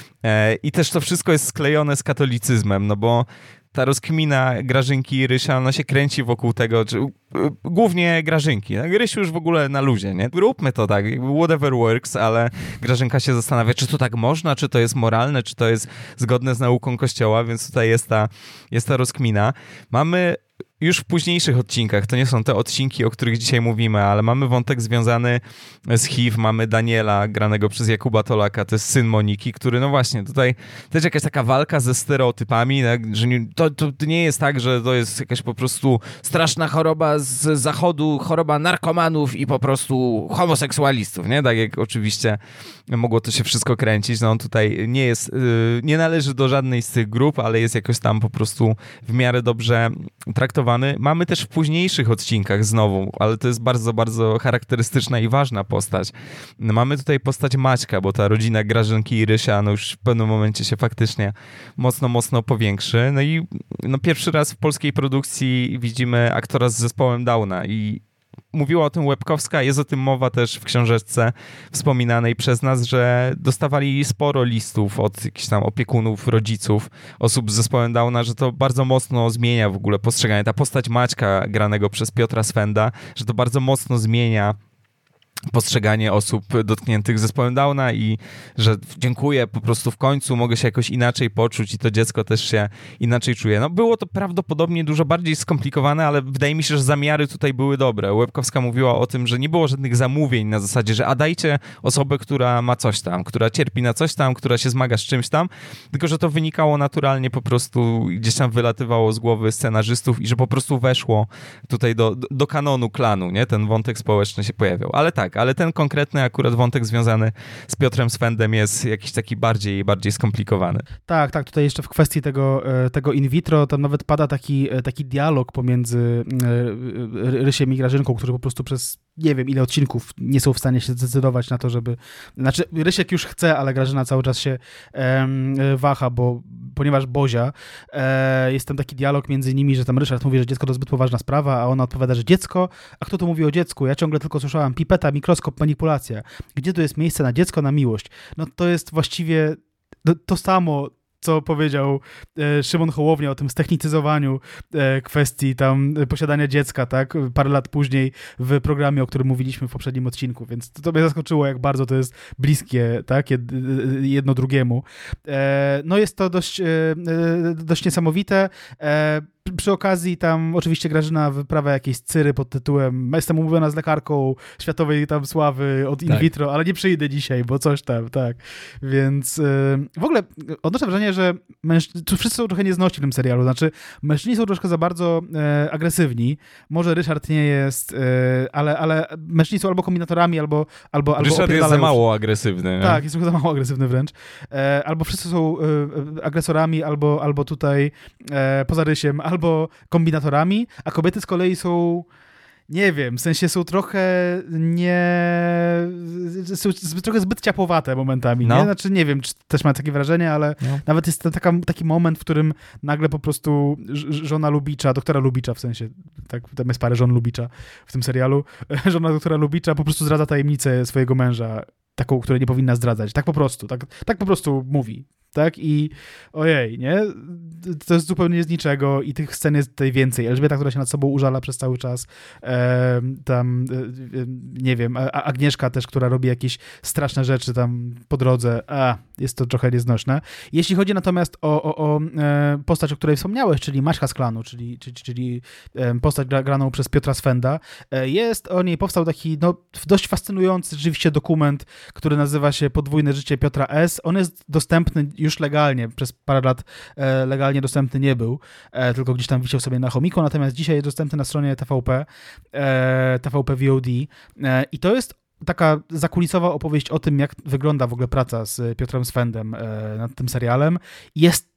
I też to wszystko jest sklejone z katolicyzmem, no bo ta rozkmina Grażynki i Rysia, ona się kręci wokół tego, czy, głównie Grażynki. Rysiu już w ogóle na luzie, nie? Róbmy to tak, whatever works, ale Grażynka się zastanawia, czy to tak można, czy to jest moralne, czy to jest zgodne z nauką Kościoła, więc tutaj jest ta, jest ta rozkmina. Mamy już w późniejszych odcinkach, to nie są te odcinki, o których dzisiaj mówimy, ale mamy wątek związany z H I V, mamy Daniela, granego przez Jakuba Tolaka, to jest syn Moniki, który, no właśnie, tutaj też jakaś taka walka ze stereotypami, tak? Że nie, to, to nie jest tak, że to jest jakaś po prostu straszna choroba z zachodu, choroba narkomanów i po prostu homoseksualistów, nie? Tak jak oczywiście mogło to się wszystko kręcić, no on tutaj nie jest, yy, nie należy do żadnej z tych grup, ale jest jakoś tam po prostu w miarę dobrze traktowany. Mamy też w późniejszych odcinkach znowu, ale to jest bardzo, bardzo charakterystyczna i ważna postać. Mamy tutaj postać Maćka, bo ta rodzina Grażynki i Rysia no już w pewnym momencie się faktycznie mocno, mocno powiększy. No i no pierwszy raz w polskiej produkcji widzimy aktora z zespołem Downa i mówiła o tym Łebkowska, jest o tym mowa też w książeczce wspominanej przez nas, że dostawali sporo listów od jakichś tam opiekunów, rodziców, osób z zespołem Downa, że to bardzo mocno zmienia w ogóle postrzeganie. Ta postać Maćka granego przez Piotra Swenda, że to bardzo mocno zmienia postrzeganie osób dotkniętych zespołem Downa i że dziękuję, po prostu w końcu mogę się jakoś inaczej poczuć i to dziecko też się inaczej czuje. No było to prawdopodobnie dużo bardziej skomplikowane, ale wydaje mi się, że zamiary tutaj były dobre. Łebkowska mówiła o tym, że nie było żadnych zamówień na zasadzie, że a dajcie osobę, która ma coś tam, która cierpi na coś tam, która się zmaga z czymś tam, tylko że to wynikało naturalnie po prostu, gdzieś tam wylatywało z głowy scenarzystów i że po prostu weszło tutaj do, do kanonu klanu, nie? Ten wątek społeczny się pojawiał. Ale tak, ale ten konkretny akurat wątek związany z Piotrem Swendem jest jakiś taki bardziej bardziej skomplikowany. Tak, tak, tutaj jeszcze w kwestii tego, tego in vitro, tam nawet pada taki, taki dialog pomiędzy Rysiem i Grażynką, który po prostu przez nie wiem ile odcinków nie są w stanie się zdecydować na to, żeby... Znaczy Rysiek już chce, ale Grażyna cały czas się em, waha, bo ponieważ Bozia, e, jest tam taki dialog między nimi, że tam Ryszard mówi, że dziecko to zbyt poważna sprawa, a ona odpowiada, że dziecko? A kto tu mówi o dziecku? Ja ciągle tylko słyszałam pipeta, mikroskop, manipulacja. Gdzie tu jest miejsce na dziecko, na miłość? No to jest właściwie to, to samo, co powiedział e, Szymon Hołownia o tym ztechnicyzowaniu e, kwestii tam posiadania dziecka, tak, parę lat później w programie, o którym mówiliśmy w poprzednim odcinku, więc to, to mnie zaskoczyło, jak bardzo to jest bliskie, tak, jed, jedno drugiemu. E, no jest to dość, e, dość niesamowite. E, Przy okazji tam oczywiście Grażyna wyprawia jakieś cyry pod tytułem jestem umówiona z lekarką światowej tam sławy od in tak. vitro, ale nie przyjdę dzisiaj, bo coś tam, tak. Więc yy, w ogóle odnoszę wrażenie, że męż- tu wszyscy są trochę nieznośni w tym serialu. Znaczy mężczyźni są troszkę za bardzo yy, agresywni. Może Ryszard nie jest, yy, ale, ale mężczyźni są albo kombinatorami, albo albo Ryszard jest za mało agresywny. Nie? Tak, jest trochę za mało agresywny wręcz. Yy, albo wszyscy są yy, agresorami, albo, albo tutaj yy, poza Rysiem, albo kombinatorami, a kobiety z kolei są, nie wiem, w sensie są trochę nie... są trochę zbyt ciapowate momentami, no. nie? Znaczy, nie wiem, czy też mam takie wrażenie, ale no. nawet jest taka, taki moment, w którym nagle po prostu żona Lubicza, doktora Lubicza w sensie, tak, tam jest parę żon Lubicza w tym serialu, żona doktora Lubicza po prostu zdradza tajemnicę swojego męża, taką, której nie powinna zdradzać. Tak po prostu, tak, tak po prostu mówi. Tak? I ojej, nie? To jest zupełnie z niczego i tych scen jest tutaj więcej. Elżbieta, która się nad sobą użala przez cały czas. E, tam, e, nie wiem, a Agnieszka też, która robi jakieś straszne rzeczy tam po drodze. A, jest to trochę nieznośne. Jeśli chodzi natomiast o, o, o e, postać, o której wspomniałeś, czyli Maćka z klanu, czyli, czyli, czyli e, postać gra, graną przez Piotra Swenda, e, jest o niej powstał taki no, dość fascynujący rzeczywiście dokument, który nazywa się Podwójne życie Piotra S. On jest dostępny już legalnie, przez parę lat e, legalnie dostępny nie był, e, tylko gdzieś tam wisiał sobie na chomiku, natomiast dzisiaj jest dostępny na stronie T V P, e, T V P V O D e, i to jest taka zakulisowa opowieść o tym, jak wygląda w ogóle praca z Piotrem Swendem e, nad tym serialem. Jest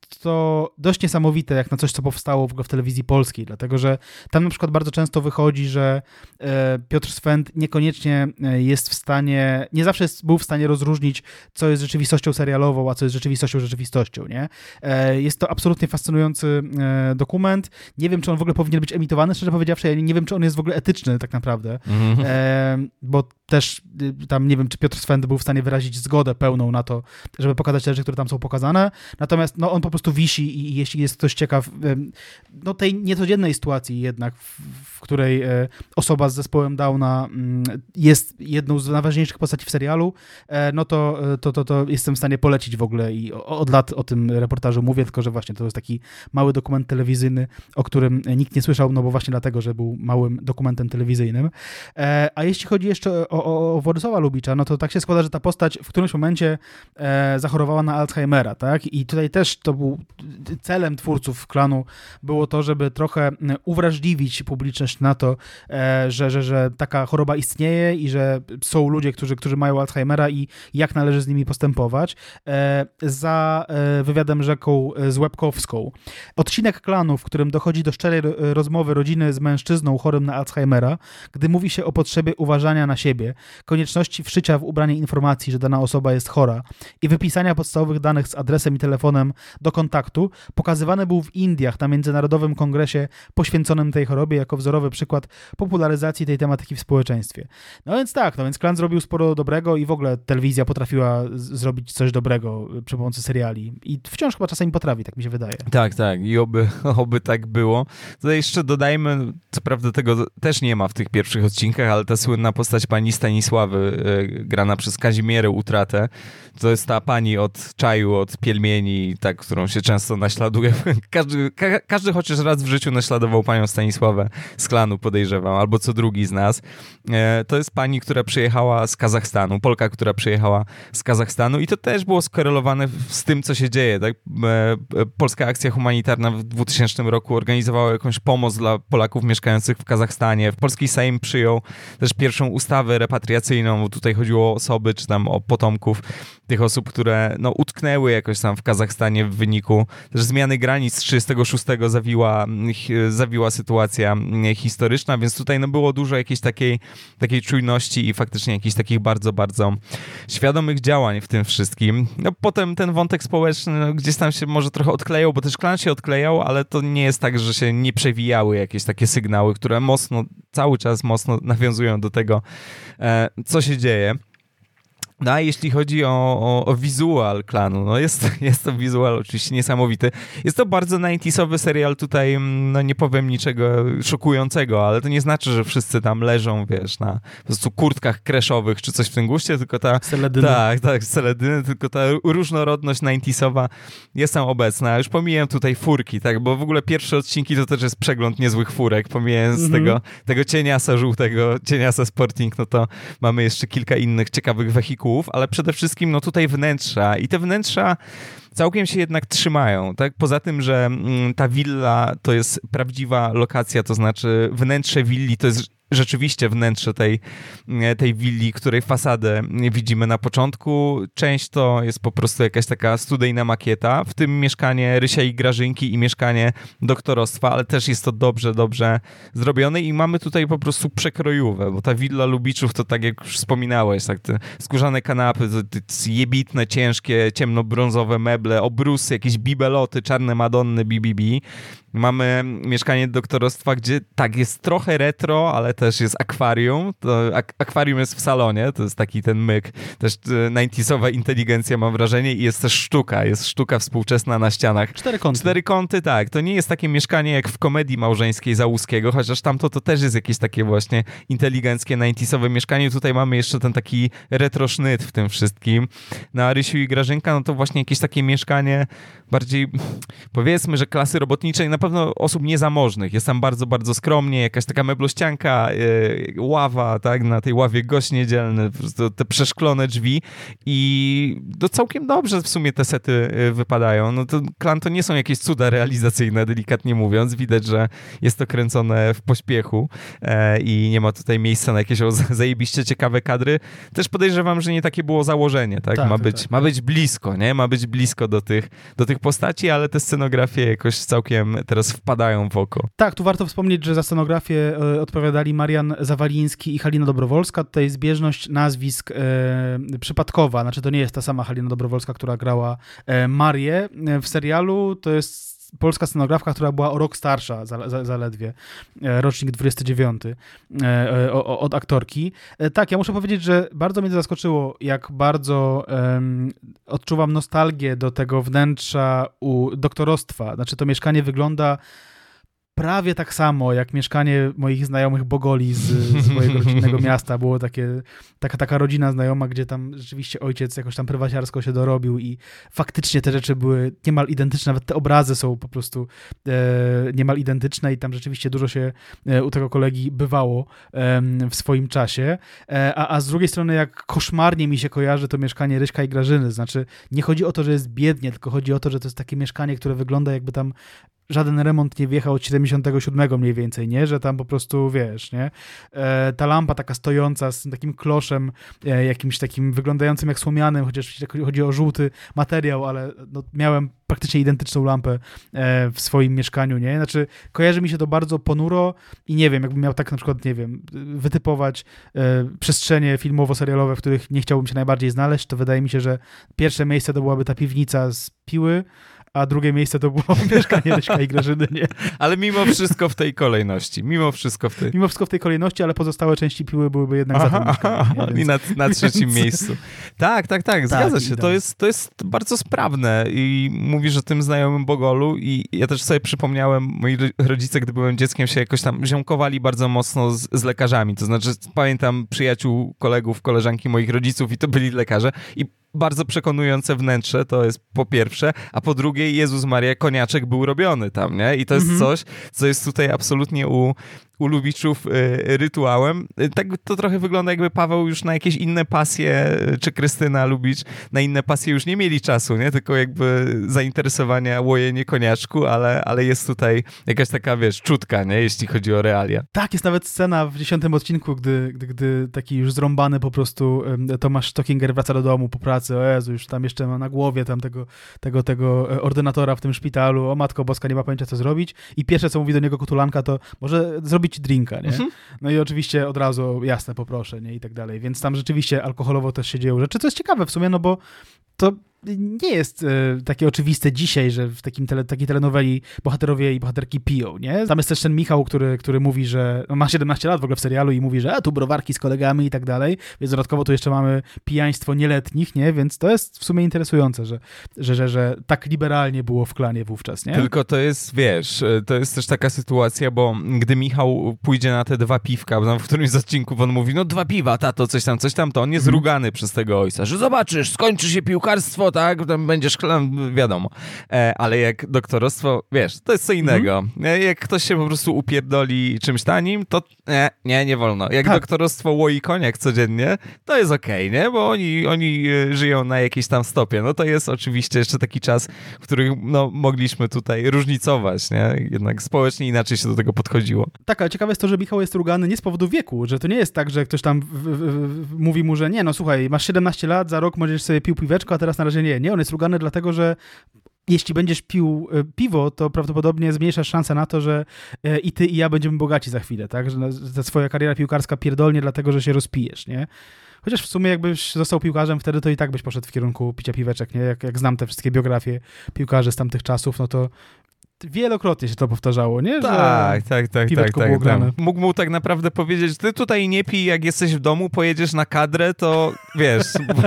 jest to dość niesamowite, jak na coś, co powstało w ogóle w telewizji polskiej, dlatego że tam na przykład bardzo często wychodzi, że Piotr Swęd niekoniecznie jest w stanie, nie zawsze jest, był w stanie rozróżnić, co jest rzeczywistością serialową, a co jest rzeczywistością rzeczywistością, nie? Jest to absolutnie fascynujący dokument. Nie wiem, czy on w ogóle powinien być emitowany, szczerze powiedziawszy, ja nie wiem, czy on jest w ogóle etyczny tak naprawdę, mm-hmm. e, bo też tam nie wiem, czy Piotr Swęd był w stanie wyrazić zgodę pełną na to, żeby pokazać te rzeczy, które tam są pokazane. Natomiast no, on po prostu wisi i jeśli jest ktoś ciekaw no, tej niecodziennej sytuacji jednak, w, w której e, osoba z zespołem Downa m, jest jedną z najważniejszych postaci w serialu, e, no to, to, to, to jestem w stanie polecić w ogóle i o, od lat o tym reportażu mówię, tylko że właśnie to jest taki mały dokument telewizyjny, o którym nikt nie słyszał, no bo właśnie dlatego, że był małym dokumentem telewizyjnym. E, a jeśli chodzi jeszcze o, o, o Władysława Lubicza, no to tak się składa, że ta postać w którymś momencie e, zachorowała na Alzheimera, tak? I tutaj też to był celem twórców klanu było to, żeby trochę uwrażliwić publiczność na to, e, że, że, że taka choroba istnieje i że są ludzie, którzy, którzy mają Alzheimera i jak należy z nimi postępować. E, za e, wywiadem rzeką z Łebkowską. Odcinek klanu, w którym dochodzi do szczerej rozmowy rodziny z mężczyzną chorym na Alzheimera, gdy mówi się o potrzebie uważania na siebie, konieczności wszycia w ubranie informacji, że dana osoba jest chora i wypisania podstawowych danych z adresem i telefonem do kontaktu, pokazywany był w Indiach na Międzynarodowym Kongresie poświęconym tej chorobie jako wzorowy przykład popularyzacji tej tematyki w społeczeństwie. No więc tak, no więc klan zrobił sporo dobrego i w ogóle telewizja potrafiła z- zrobić coś dobrego przy pomocy seriali i wciąż chyba czasami potrafi, tak mi się wydaje. Tak, tak i oby, oby tak było. Tutaj jeszcze dodajmy, co prawda tego też nie ma w tych pierwszych odcinkach, ale ta słynna postać pani Stanisławy, yy, grana przez Kazimierę Utratę, to jest ta pani od czaju, od pielmieni, tak, którą się często naśladuje. Każdy, ka- każdy chociaż raz w życiu naśladował panią Stanisławę z klanu, podejrzewam, albo co drugi z nas. E, to jest pani, która przyjechała z Kazachstanu, Polka, która przyjechała z Kazachstanu i to też było skorelowane z tym, co się dzieje. Tak? E, Polska Akcja Humanitarna w dwutysięcznym roku organizowała jakąś pomoc dla Polaków mieszkających w Kazachstanie. Polski Sejm przyjął też pierwszą ustawę repatriacyjną, bo tutaj chodziło o osoby, czy tam o potomków tych osób, które no, utknęły jakoś tam w Kazachstanie w wyniku też zmiany granic z trzydziestego szóstego zawiła, zawiła sytuacja historyczna, więc tutaj no, było dużo jakiejś takiej, takiej czujności i faktycznie jakichś takich bardzo, bardzo świadomych działań w tym wszystkim. No, potem ten wątek społeczny no, gdzieś tam się może trochę odklejał, bo też klan się odklejał, ale to nie jest tak, że się nie przewijały jakieś takie sygnały, które mocno, cały czas mocno nawiązują do tego, e, co się dzieje. No a jeśli chodzi o, o, o wizual klanu, no jest, jest to wizual oczywiście niesamowity. Jest to bardzo dziewięćdziesiątowy serial tutaj, no nie powiem niczego szokującego, ale to nie znaczy, że wszyscy tam leżą, wiesz, na po prostu kurtkach kreszowych czy coś w tym guście, tylko ta... Seledyny. Tak, tak, seledyny, tylko ta różnorodność dziewięćdziesiątowa jest tam obecna. Już pomijam tutaj furki, tak, bo w ogóle pierwsze odcinki to też jest przegląd niezłych furek, pomijając mm-hmm. tego, tego cieniasa żółtego, cieniasa Sporting, no to mamy jeszcze kilka innych ciekawych wehikułów, ale przede wszystkim no tutaj wnętrza i te wnętrza całkiem się jednak trzymają, tak? Poza tym, że mm, ta willa to jest prawdziwa lokacja, to znaczy wnętrze willi to jest rzeczywiście wnętrze tej, tej willi, której fasadę widzimy na początku. Część to jest po prostu jakaś taka studyjna makieta, w tym mieszkanie Rysia i Grażynki i mieszkanie doktorostwa, ale też jest to dobrze, dobrze zrobione i mamy tutaj po prostu przekrojówę, bo ta willa Lubiczów to tak jak już wspominałeś, tak, te skórzane kanapy, te, te jebitne, ciężkie, ciemnobrązowe meble, obrusy, jakieś bibeloty, czarne Madonny, B B B. Mamy mieszkanie doktorostwa, gdzie tak jest trochę retro, ale też jest akwarium. To ak- akwarium jest w salonie, to jest taki ten myk. Też dziewięćdziesiątowa inteligencja, mam wrażenie, i jest też sztuka. Jest sztuka współczesna na ścianach. Cztery kąty. Cztery kąty, tak. To nie jest takie mieszkanie jak w komedii małżeńskiej Załuskiego, chociaż tamto to też jest jakieś takie właśnie inteligenckie, dziewięćdziesiątowe mieszkanie. Tutaj mamy jeszcze ten taki retro sznyt w tym wszystkim. Na Rysiu i Grażynka, no to właśnie jakieś takie mieszkanie bardziej, powiedzmy, że klasy robotniczej. Na pewno pewno osób niezamożnych. Jest tam bardzo, bardzo skromnie, jakaś taka meblościanka, yy, ława, tak, na tej ławie gość niedzielny, po prostu te przeszklone drzwi i to całkiem dobrze w sumie te sety wypadają. No to Klan to nie są jakieś cuda realizacyjne, delikatnie mówiąc. Widać, że jest to kręcone w pośpiechu e, i nie ma tutaj miejsca na jakieś o, zajebiście ciekawe kadry. Też podejrzewam, że nie takie było założenie, tak? tak ma, tak, być, tak. ma być blisko, nie? Ma być blisko do tych, do tych postaci, ale te scenografie jakoś całkiem teraz wpadają w oko. Tak, tu warto wspomnieć, że za scenografię e, odpowiadali Marian Zawaliński i Halina Dobrowolska. Tutaj zbieżność nazwisk e, przypadkowa, znaczy to nie jest ta sama Halina Dobrowolska, która grała e, Marię w serialu, to jest polska scenografka, która była o rok starsza za, za, zaledwie, e, rocznik dwudziesty dziewiąty e, o, o, od aktorki. E, tak, ja muszę powiedzieć, że bardzo mnie to zaskoczyło, jak bardzo em, odczuwam nostalgię do tego wnętrza u doktorostwa. Znaczy to mieszkanie wygląda prawie tak samo, jak mieszkanie moich znajomych Bogoli z, z mojego rodzinnego miasta. Było takie, taka, taka rodzina znajoma, gdzie tam rzeczywiście ojciec jakoś tam prywaciarsko się dorobił i faktycznie te rzeczy były niemal identyczne, nawet te obrazy są po prostu e, niemal identyczne i tam rzeczywiście dużo się e, u tego kolegi bywało e, w swoim czasie. E, a, a z drugiej strony, jak koszmarnie mi się kojarzy to mieszkanie Ryśka i Grażyny. Znaczy, nie chodzi o to, że jest biednie, tylko chodzi o to, że to jest takie mieszkanie, które wygląda jakby tam żaden remont nie wjechał od siedemdziesiątego siódmego mniej więcej, nie? Że tam po prostu, wiesz, nie? E, ta lampa taka stojąca z takim kloszem, e, jakimś takim wyglądającym jak słomianym, chociaż chodzi o żółty materiał, ale no, miałem praktycznie identyczną lampę e, w swoim mieszkaniu, nie? Znaczy, kojarzy mi się to bardzo ponuro i nie wiem, jakbym miał tak na przykład, nie wiem, wytypować e, przestrzenie filmowo-serialowe, w których nie chciałbym się najbardziej znaleźć, to wydaje mi się, że pierwsze miejsce to byłaby ta piwnica z Piły, a drugie miejsce to było mieszkanie Ryśka i Grażyny, nie? Ale mimo wszystko w tej kolejności. Mimo wszystko w tej... Mimo wszystko w tej kolejności, ale pozostałe części Piły byłyby jednak aha, za tym mieszkaniem. Więc... I na, na trzecim więc... miejscu. Tak, tak, tak, zgadza tak, się. To jest, to jest bardzo sprawne i mówisz o tym znajomym Bogolu i ja też sobie przypomniałem, moi rodzice, gdy byłem dzieckiem, się jakoś tam ziomkowali bardzo mocno z, z lekarzami. To znaczy pamiętam przyjaciół, kolegów, koleżanki moich rodziców i to byli lekarze i bardzo przekonujące wnętrze, to jest po pierwsze, a po drugie Jezus Maria, koniaczek był robiony tam, nie? I to jest mm-hmm. coś, co jest tutaj absolutnie u, u Lubiczów y, rytuałem. Tak to trochę wygląda, jakby Paweł już na jakieś inne pasje, czy Krystyna Lubicz na inne pasje już nie mieli czasu, nie? Tylko jakby zainteresowania łojenie koniaczku, ale, ale jest tutaj jakaś taka, wiesz, czutka, nie? Jeśli chodzi o realia. Tak, jest nawet scena w dziesiątym odcinku, gdy, gdy, gdy taki już zrąbany po prostu Tomasz Stockinger wraca do domu po pracy, o Jezu, już tam jeszcze ma na głowie tam tego, tego, tego ordynatora w tym szpitalu, o Matko Boska, nie ma pojęcia co zrobić i pierwsze co mówi do niego Kotulanka to może zrobić ci drinka, nie? Mhm. No i oczywiście od razu jasne, poproszę, nie? I tak dalej, więc tam rzeczywiście alkoholowo też się dzieją rzeczy, co jest ciekawe w sumie, no bo to nie jest e, takie oczywiste dzisiaj, że w takim tele, takiej telenoweli bohaterowie i bohaterki piją, nie? Tam jest też ten Michał, który, który mówi, że no, ma siedemnaście lat w ogóle w serialu i mówi, że a tu browarki z kolegami i tak dalej, więc dodatkowo tu jeszcze mamy pijaństwo nieletnich, nie? Więc to jest w sumie interesujące, że, że, że, że tak liberalnie było w klanie wówczas, nie? Tylko to jest, wiesz, to jest też taka sytuacja, bo gdy Michał pójdzie na te dwa piwka, bo w którymś z odcinków on mówi, no dwa piwa, tato, coś tam, coś tam, to on jest hmm. rugany przez tego ojca, że zobaczysz, skończy się piłkarstwo, tak, tam będziesz, wiadomo, e, ale jak doktorostwo, wiesz, to jest co innego. Mm-hmm. Jak ktoś się po prostu upierdoli czymś tanim, to nie, nie, nie wolno. Jak tak. doktorostwo łoi koniak codziennie, to jest okej, okay, nie, bo oni, oni żyją na jakiejś tam stopie. No to jest oczywiście jeszcze taki czas, w którym no, mogliśmy tutaj różnicować, nie, jednak społecznie inaczej się do tego podchodziło. Tak, ale ciekawe jest to, że Michał jest rugany nie z powodu wieku, że to nie jest tak, że ktoś tam w, w, w, mówi mu, że nie, no słuchaj, masz siedemnaście lat, za rok możesz sobie pił piweczko, a teraz na razie nie. Nie, on jest rugany dlatego, że jeśli będziesz pił piwo, to prawdopodobnie zmniejszasz szansę na to, że i ty, i ja będziemy bogaci za chwilę, tak? Że ta twoja kariera piłkarska pierdolnie dlatego, że się rozpijesz, nie? Chociaż w sumie jakbyś został piłkarzem wtedy, to i tak byś poszedł w kierunku picia piweczek, nie? Jak, jak znam te wszystkie biografie piłkarzy z tamtych czasów, no to wielokrotnie się to powtarzało, nie? Że tak, tak, tak, tak, tak, tak. Mógł mu tak naprawdę powiedzieć, ty tutaj nie pij, jak jesteś w domu, pojedziesz na kadrę, to wiesz,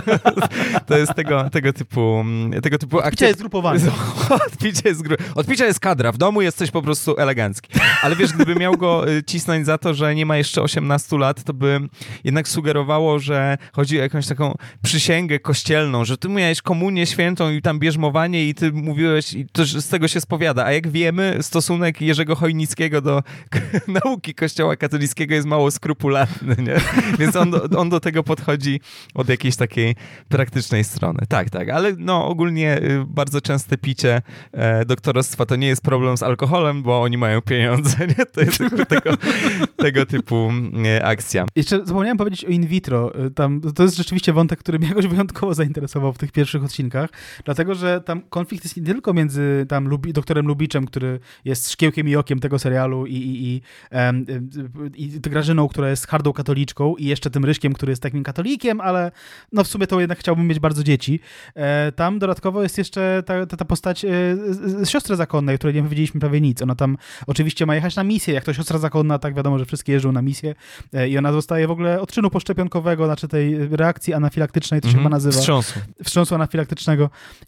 to jest tego, tego typu tego typu akcja. Odpicie jest grupowanie. Odpicie jest, gru... Odpicie jest kadra, w domu jesteś po prostu elegancki. Ale wiesz, gdyby miał go cisnąć za to, że nie ma jeszcze osiemnastu lat, to by jednak sugerowało, że chodzi o jakąś taką przysięgę kościelną, że ty miałeś komunię świętą i tam bierzmowanie i ty mówiłeś, i to z tego się spowiada, a jak jak wiemy, stosunek Jerzego Chojnickiego do nauki Kościoła katolickiego jest mało skrupulatny, nie? Więc on do, on do tego podchodzi od jakiejś takiej praktycznej strony. Tak, tak, ale no ogólnie bardzo częste picie e, doktorostwa to nie jest problem z alkoholem, bo oni mają pieniądze, nie? To jest tego, tego typu e, akcja. Jeszcze zapomniałem powiedzieć o in vitro. Tam, to jest rzeczywiście wątek, który mnie jakoś wyjątkowo zainteresował w tych pierwszych odcinkach, dlatego, że tam konflikt jest nie tylko między tam Lubi, doktorem Lubiczem, który jest szkiełkiem i okiem tego serialu i, i, i, um, i Grażyną, która jest hardą katoliczką i jeszcze tym Ryśkiem, który jest takim katolikiem, ale no w sumie to jednak chciałbym mieć bardzo dzieci. E, tam dodatkowo jest jeszcze ta, ta, ta postać e, z, z siostry zakonnej, o której nie powiedzieliśmy prawie nic. Ona tam oczywiście ma jechać na misję. Jak to siostra zakonna, tak wiadomo, że wszystkie jeżdżą na misję e, i ona dostaje w ogóle odczynu poszczepionkowego, znaczy tej reakcji anafilaktycznej, to się mm-hmm. chyba nazywa. Wstrząsu. Wstrząsu anafilaktycznego.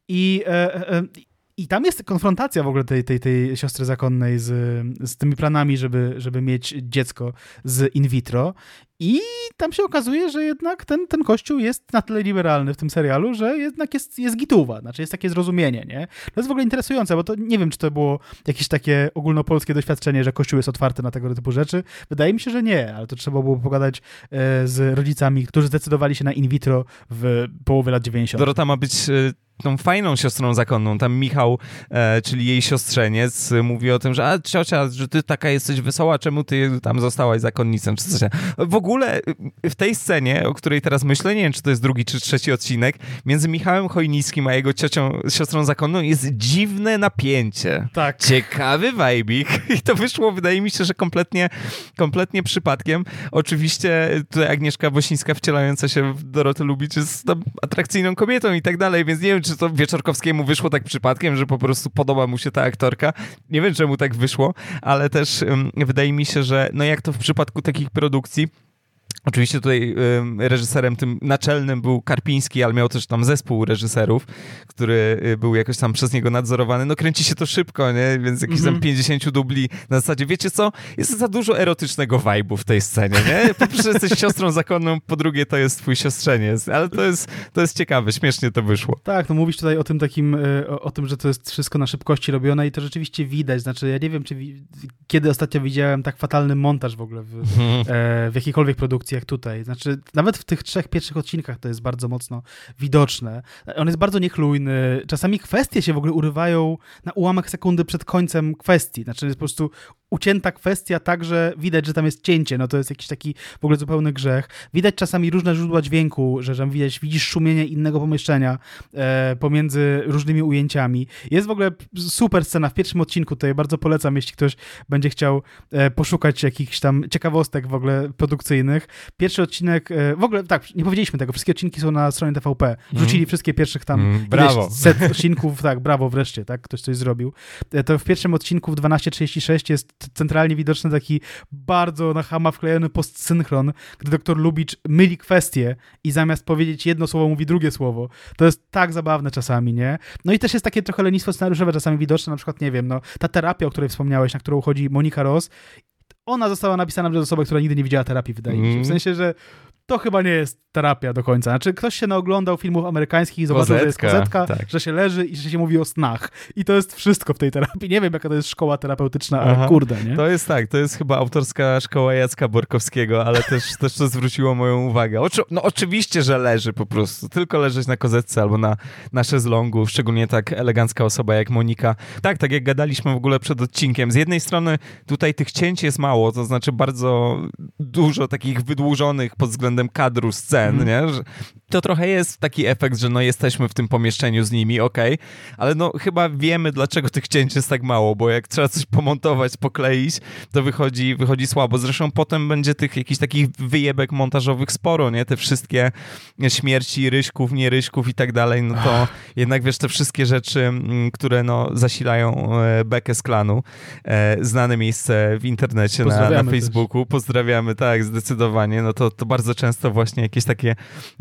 I e, e, I tam jest konfrontacja w ogóle tej, tej, tej siostry zakonnej z, z tymi planami, żeby, żeby mieć dziecko z in vitro. I tam się okazuje, że jednak ten, ten kościół jest na tyle liberalny w tym serialu, że jednak jest, jest gituwa, znaczy jest takie zrozumienie, nie? To jest w ogóle interesujące, bo to nie wiem, czy to było jakieś takie ogólnopolskie doświadczenie, że kościół jest otwarty na tego typu rzeczy. Wydaje mi się, że nie, ale to trzeba było pogadać e, z rodzicami, którzy zdecydowali się na in vitro w połowie lat dziewięćdziesiątych. Dorota ma być e, tą fajną siostrą zakonną. Tam Michał, e, czyli jej siostrzeniec, e, mówi o tym, że a ciocia, że ty taka jesteś wesoła, czemu ty tam zostałaś zakonnicą? Czy coś. W ogóle w tej scenie, o której teraz myślę, nie wiem, czy to jest drugi czy trzeci odcinek, między Michałem Chojnickim a jego ciocią, siostrą zakonną jest dziwne napięcie. Tak. Ciekawy wajbik. I to wyszło, wydaje mi się, że kompletnie, kompletnie przypadkiem. Oczywiście tutaj Agnieszka Wosińska wcielająca się w Dorotę Lubicz jest tam atrakcyjną kobietą i tak dalej, więc nie wiem, czy to Wieczorkowskiemu wyszło tak przypadkiem, że po prostu podoba mu się ta aktorka. Nie wiem, czemu tak wyszło, ale też um, wydaje mi się, że no jak to w przypadku takich produkcji, oczywiście tutaj y, reżyserem tym naczelnym był Karpiński, ale miał też tam zespół reżyserów, który y, był jakoś tam przez niego nadzorowany. No kręci się to szybko, nie? Więc jakieś mm-hmm. tam pięćdziesiąt dubli na zasadzie, wiecie co? Jest za dużo erotycznego vibe'u w tej scenie, nie? Po pierwsze jesteś siostrą zakonną, po drugie to jest twój siostrzeniec, ale to jest, to jest ciekawe, śmiesznie to wyszło. Tak, no mówisz tutaj o tym takim, o, o tym, że to jest wszystko na szybkości robione i to rzeczywiście widać. Znaczy ja nie wiem, czy wi- kiedy ostatnio widziałem tak fatalny montaż w ogóle w, mm. e, w jakiejkolwiek produkcji jak tutaj. Znaczy, nawet w tych trzech pierwszych odcinkach to jest bardzo mocno widoczne. On jest bardzo niechlujny. Czasami kwestie się w ogóle urywają na ułamek sekundy przed końcem kwestii. Znaczy, jest po prostu ucięta kwestia tak, że widać, że tam jest cięcie. No to jest jakiś taki w ogóle zupełny grzech. Widać czasami różne źródła dźwięku, że tam widać, widzisz szumienie innego pomieszczenia e, pomiędzy różnymi ujęciami. Jest w ogóle super scena w pierwszym odcinku, tutaj bardzo polecam, jeśli ktoś będzie chciał e, poszukać jakichś tam ciekawostek w ogóle produkcyjnych. Pierwszy odcinek, e, w ogóle tak, nie powiedzieliśmy tego, wszystkie odcinki są na stronie T V P. Wrzucili mm. wszystkie pierwszych tam mm, brawo. set odcinków, tak, brawo wreszcie, tak, ktoś coś zrobił. E, to w pierwszym odcinku w dwanaście trzydzieści sześć jest centralnie widoczny taki bardzo na chama wklejony postsynchron, gdy doktor Lubicz myli kwestie i zamiast powiedzieć jedno słowo mówi drugie słowo. To jest tak zabawne czasami, nie? No i też jest takie trochę lenistwo scenariuszowe czasami widoczne, na przykład, nie wiem, no ta terapia, o której wspomniałeś, na którą chodzi Monika Ross, ona została napisana przez osobę, która nigdy nie widziała terapii, wydaje mi się. W sensie, że to chyba nie jest terapia do końca. Znaczy, ktoś się naoglądał filmów amerykańskich i zobaczył, kozetka, że jest kozetka, tak. że się leży i że się mówi o snach. I to jest wszystko w tej terapii. Nie wiem, jaka to jest szkoła terapeutyczna, ale Aha. kurde, nie? To jest tak, to jest chyba autorska szkoła Jacka Borkowskiego, ale też, też to zwróciło moją uwagę. Oczy, no oczywiście, że leży po prostu. Tylko leżeć na kozetce albo na, na szezlongu, szczególnie tak elegancka osoba jak Monika. Tak, tak jak gadaliśmy w ogóle przed odcinkiem. Z jednej strony tutaj tych cięć jest mało, to znaczy bardzo dużo takich wydłużonych pod względem kadru, scen, mm. nie? Że to trochę jest taki efekt, że no jesteśmy w tym pomieszczeniu z nimi, okej, okay, ale no chyba wiemy, dlaczego tych cięć jest tak mało, bo jak trzeba coś pomontować, pokleić, to wychodzi, wychodzi słabo. Zresztą potem będzie tych jakichś takich wyjebek montażowych sporo, nie? Te wszystkie śmierci Ryśków, nie Ryśków i tak dalej, no to jednak wiesz, te wszystkie rzeczy, które no zasilają bekę z klanu, znane miejsce w internecie, na, na Facebooku, też. Pozdrawiamy, tak, zdecydowanie, no to, to bardzo często właśnie jakieś takie niezborne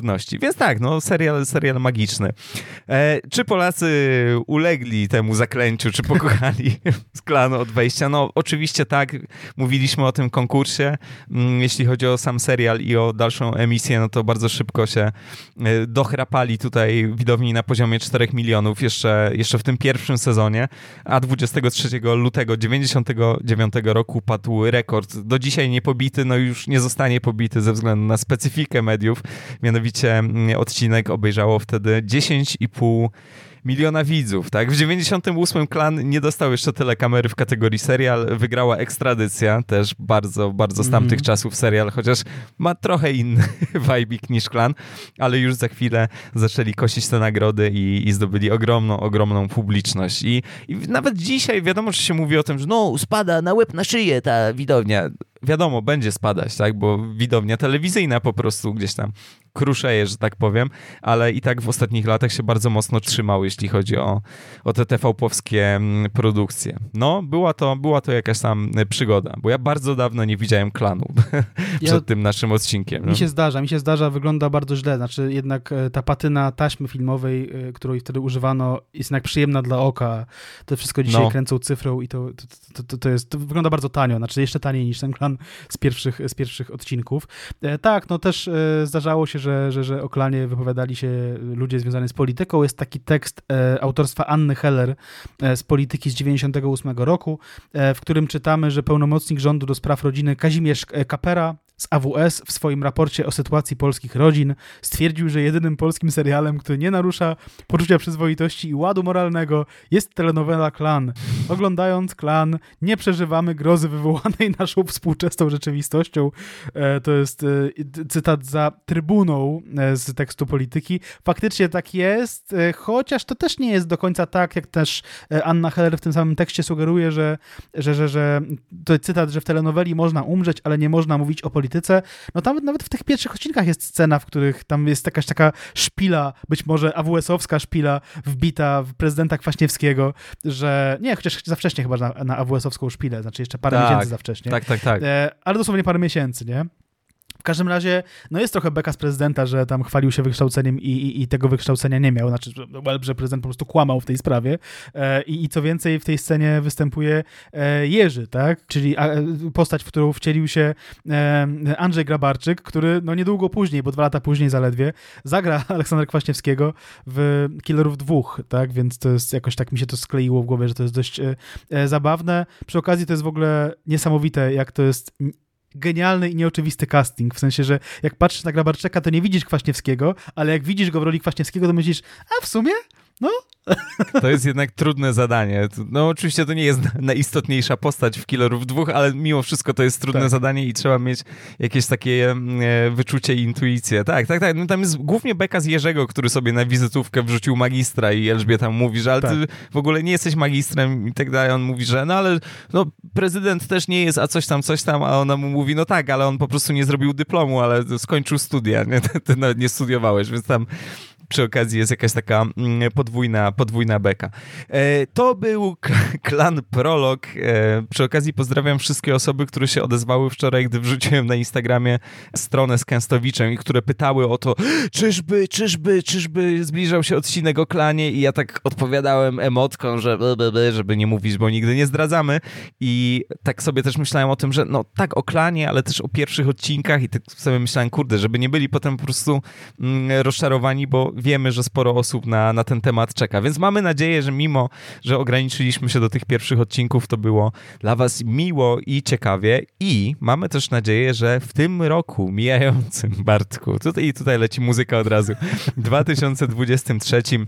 żadności. Więc tak, no serial, serial magiczny. E, czy Polacy ulegli temu zaklęciu, czy pokochali Klan od wejścia? No oczywiście tak, mówiliśmy o tym konkursie. Jeśli chodzi o sam serial i o dalszą emisję, no to bardzo szybko się dochrapali tutaj widowni na poziomie czterech milionów jeszcze, jeszcze w tym pierwszym sezonie, a dwudziestego trzeciego lutego dziewięćdziesiątego dziewiątego roku padł rekord. Do dzisiaj nie pobity, no już nie zostanie pobity ze względu na specyfikę mediów. Mianowicie odcinek obejrzało wtedy dziesięć i pół miliona widzów, tak? W dziewięćdziesiątym ósmym Klan nie dostał jeszcze tyle kamery w kategorii serial. Wygrała Ekstradycja, też bardzo, bardzo z tamtych mm. czasów serial, chociaż ma trochę inny wajbik niż Klan, ale już za chwilę zaczęli kosić te nagrody i, i zdobyli ogromną, ogromną publiczność. I, I nawet dzisiaj wiadomo, że się mówi o tym, że no spada na łeb, na szyję ta widownia. Wiadomo, będzie spadać, tak? Bo widownia telewizyjna po prostu gdzieś tam kruszeje, że tak powiem, ale i tak w ostatnich latach się bardzo mocno trzymał, jeśli chodzi o, o te te vałpowskie produkcje. No, była to, była to jakaś tam przygoda, bo ja bardzo dawno nie widziałem Klanu przed ja, tym naszym odcinkiem. Mi no. się zdarza, mi się zdarza, wygląda bardzo źle, znaczy jednak ta patyna taśmy filmowej, której wtedy używano, jest jednak przyjemna dla oka. To wszystko dzisiaj no. kręcą cyfrą i to, to, to, to, jest, to wygląda bardzo tanio, znaczy jeszcze taniej niż ten Klan z pierwszych, z pierwszych odcinków. E, tak, no też e, zdarzało się, że, że, że o Klanie wypowiadali się ludzie związani z polityką. Jest taki tekst e, autorstwa Anny Heller e, z Polityki z dziewięćdziesiątego ósmego roku, e, w którym czytamy, że pełnomocnik rządu do spraw rodziny Kazimierz Kapera z A W S w swoim raporcie o sytuacji polskich rodzin stwierdził, że jedynym polskim serialem, który nie narusza poczucia przyzwoitości i ładu moralnego, jest telenowela Klan. Oglądając Klan nie przeżywamy grozy wywołanej naszą współczesną rzeczywistością. E, to jest e, cytat za Trybuną e, z tekstu Polityki. Faktycznie tak jest, e, chociaż to też nie jest do końca tak, jak też e, Anna Heller w tym samym tekście sugeruje, że, że, że, że to jest cytat, że w telenoweli można umrzeć, ale nie można mówić o polityce. No tam nawet w tych pierwszych odcinkach jest scena, w których tam jest jakaś taka szpila, być może A W S-owska szpila wbita w prezydenta Kwaśniewskiego, że nie, chociaż za wcześnie chyba na, na A W S-owską szpilę, znaczy jeszcze parę tak, miesięcy za wcześnie. Tak, tak, tak. E, ale dosłownie parę miesięcy, nie? W każdym razie, no jest trochę beka z prezydenta, że tam chwalił się wykształceniem i, i, i tego wykształcenia nie miał. Znaczy, że prezydent po prostu kłamał w tej sprawie. E, i, I co więcej, w tej scenie występuje e, Jerzy, tak? Czyli a, postać, w którą wcielił się e, Andrzej Grabarczyk, który no niedługo później, bo dwa lata później zaledwie, zagra Aleksandra Kwaśniewskiego w Killerów dwóch, tak? Więc to jest jakoś tak mi się to skleiło w głowie, że to jest dość e, e, zabawne. Przy okazji to jest w ogóle niesamowite, jak to jest genialny i nieoczywisty casting, w sensie, że jak patrzysz na Grabarczyka, to nie widzisz Kwaśniewskiego, ale jak widzisz go w roli Kwaśniewskiego, to myślisz, a w sumie? No. To jest jednak trudne zadanie. No oczywiście to nie jest najistotniejsza postać w Killerów dwóch, ale mimo wszystko to jest trudne tak. zadanie i trzeba mieć jakieś takie e, wyczucie i intuicję. Tak, tak, tak. No tam jest głównie beka z Jerzego, który sobie na wizytówkę wrzucił magistra i Elżbieta mówi, że ale tak. ty w ogóle nie jesteś magistrem i tak dalej. On mówi, że no ale no, prezydent też nie jest, a coś tam, coś tam, a ona mu mówi, no tak, ale on po prostu nie zrobił dyplomu, ale skończył studia, nie? Ty, ty nawet nie studiowałeś, więc tam przy okazji jest jakaś taka podwójna, podwójna beka. E, to był Klan Prolog. E, przy okazji pozdrawiam wszystkie osoby, które się odezwały wczoraj, gdy wrzuciłem na Instagramie stronę z Kęstowiczem i które pytały o to, czyżby, czyżby, czyżby zbliżał się odcinek o Klanie i ja tak odpowiadałem emotką, że żeby nie mówić, bo nigdy nie zdradzamy i tak sobie też myślałem o tym, że no tak o Klanie, ale też o pierwszych odcinkach i tak sobie myślałem, kurde, żeby nie byli potem po prostu mm, rozczarowani, bo wiemy, że sporo osób na, na ten temat czeka, więc mamy nadzieję, że mimo, że ograniczyliśmy się do tych pierwszych odcinków, to było dla was miło i ciekawie i mamy też nadzieję, że w tym roku mijającym, Bartku, tutaj i tutaj leci muzyka od razu, w dwa tysiące dwudziestym trzecim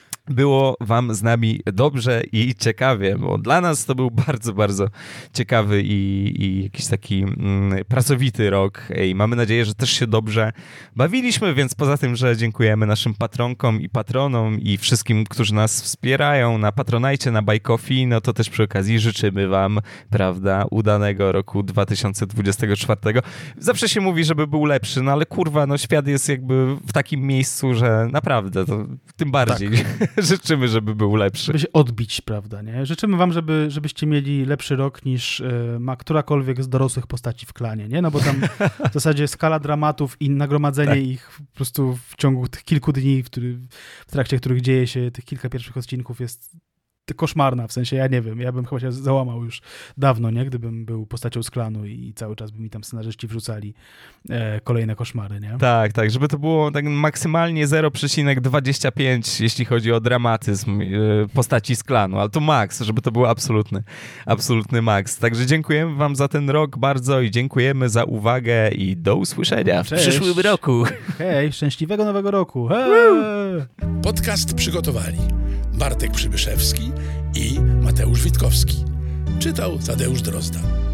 było wam z nami dobrze i ciekawie, bo dla nas to był bardzo, bardzo ciekawy i, i jakiś taki mm, pracowity rok i mamy nadzieję, że też się dobrze bawiliśmy, więc poza tym, że dziękujemy naszym patronkom i patronom i wszystkim, którzy nas wspierają na Patronajcie, na Buy Coffee, no to też przy okazji życzymy wam, prawda, udanego roku dwa tysiące dwudziestego czwartego. Zawsze się mówi, żeby był lepszy, no ale kurwa, no świat jest jakby w takim miejscu, że naprawdę, to tym bardziej. Tak. Życzymy, żeby był lepszy. Żeby się odbić, prawda, nie? Życzymy wam, żeby, żebyście mieli lepszy rok niż y, ma którakolwiek z dorosłych postaci w klanie, nie? No bo tam w zasadzie skala dramatów i nagromadzenie tak. ich po prostu w ciągu tych kilku dni, w, który, w trakcie których dzieje się tych kilka pierwszych odcinków jest koszmarna, w sensie, ja nie wiem, ja bym chyba się załamał już dawno, nie? Gdybym był postacią z klanu i cały czas by mi tam scenarzyści wrzucali e, kolejne koszmary, nie? Tak, tak, żeby to było tak maksymalnie zero przecinek dwadzieścia pięć, jeśli chodzi o dramatyzm e, postaci z klanu, ale to maks, żeby to był absolutny, absolutny maks. Także dziękujemy wam za ten rok bardzo i dziękujemy za uwagę i do usłyszenia w Cześć. przyszłym roku. Hej, szczęśliwego nowego roku! Hej! Podcast przygotowali Bartek Przybyszewski i Mateusz Witkowski. Czytał Tadeusz Drozda.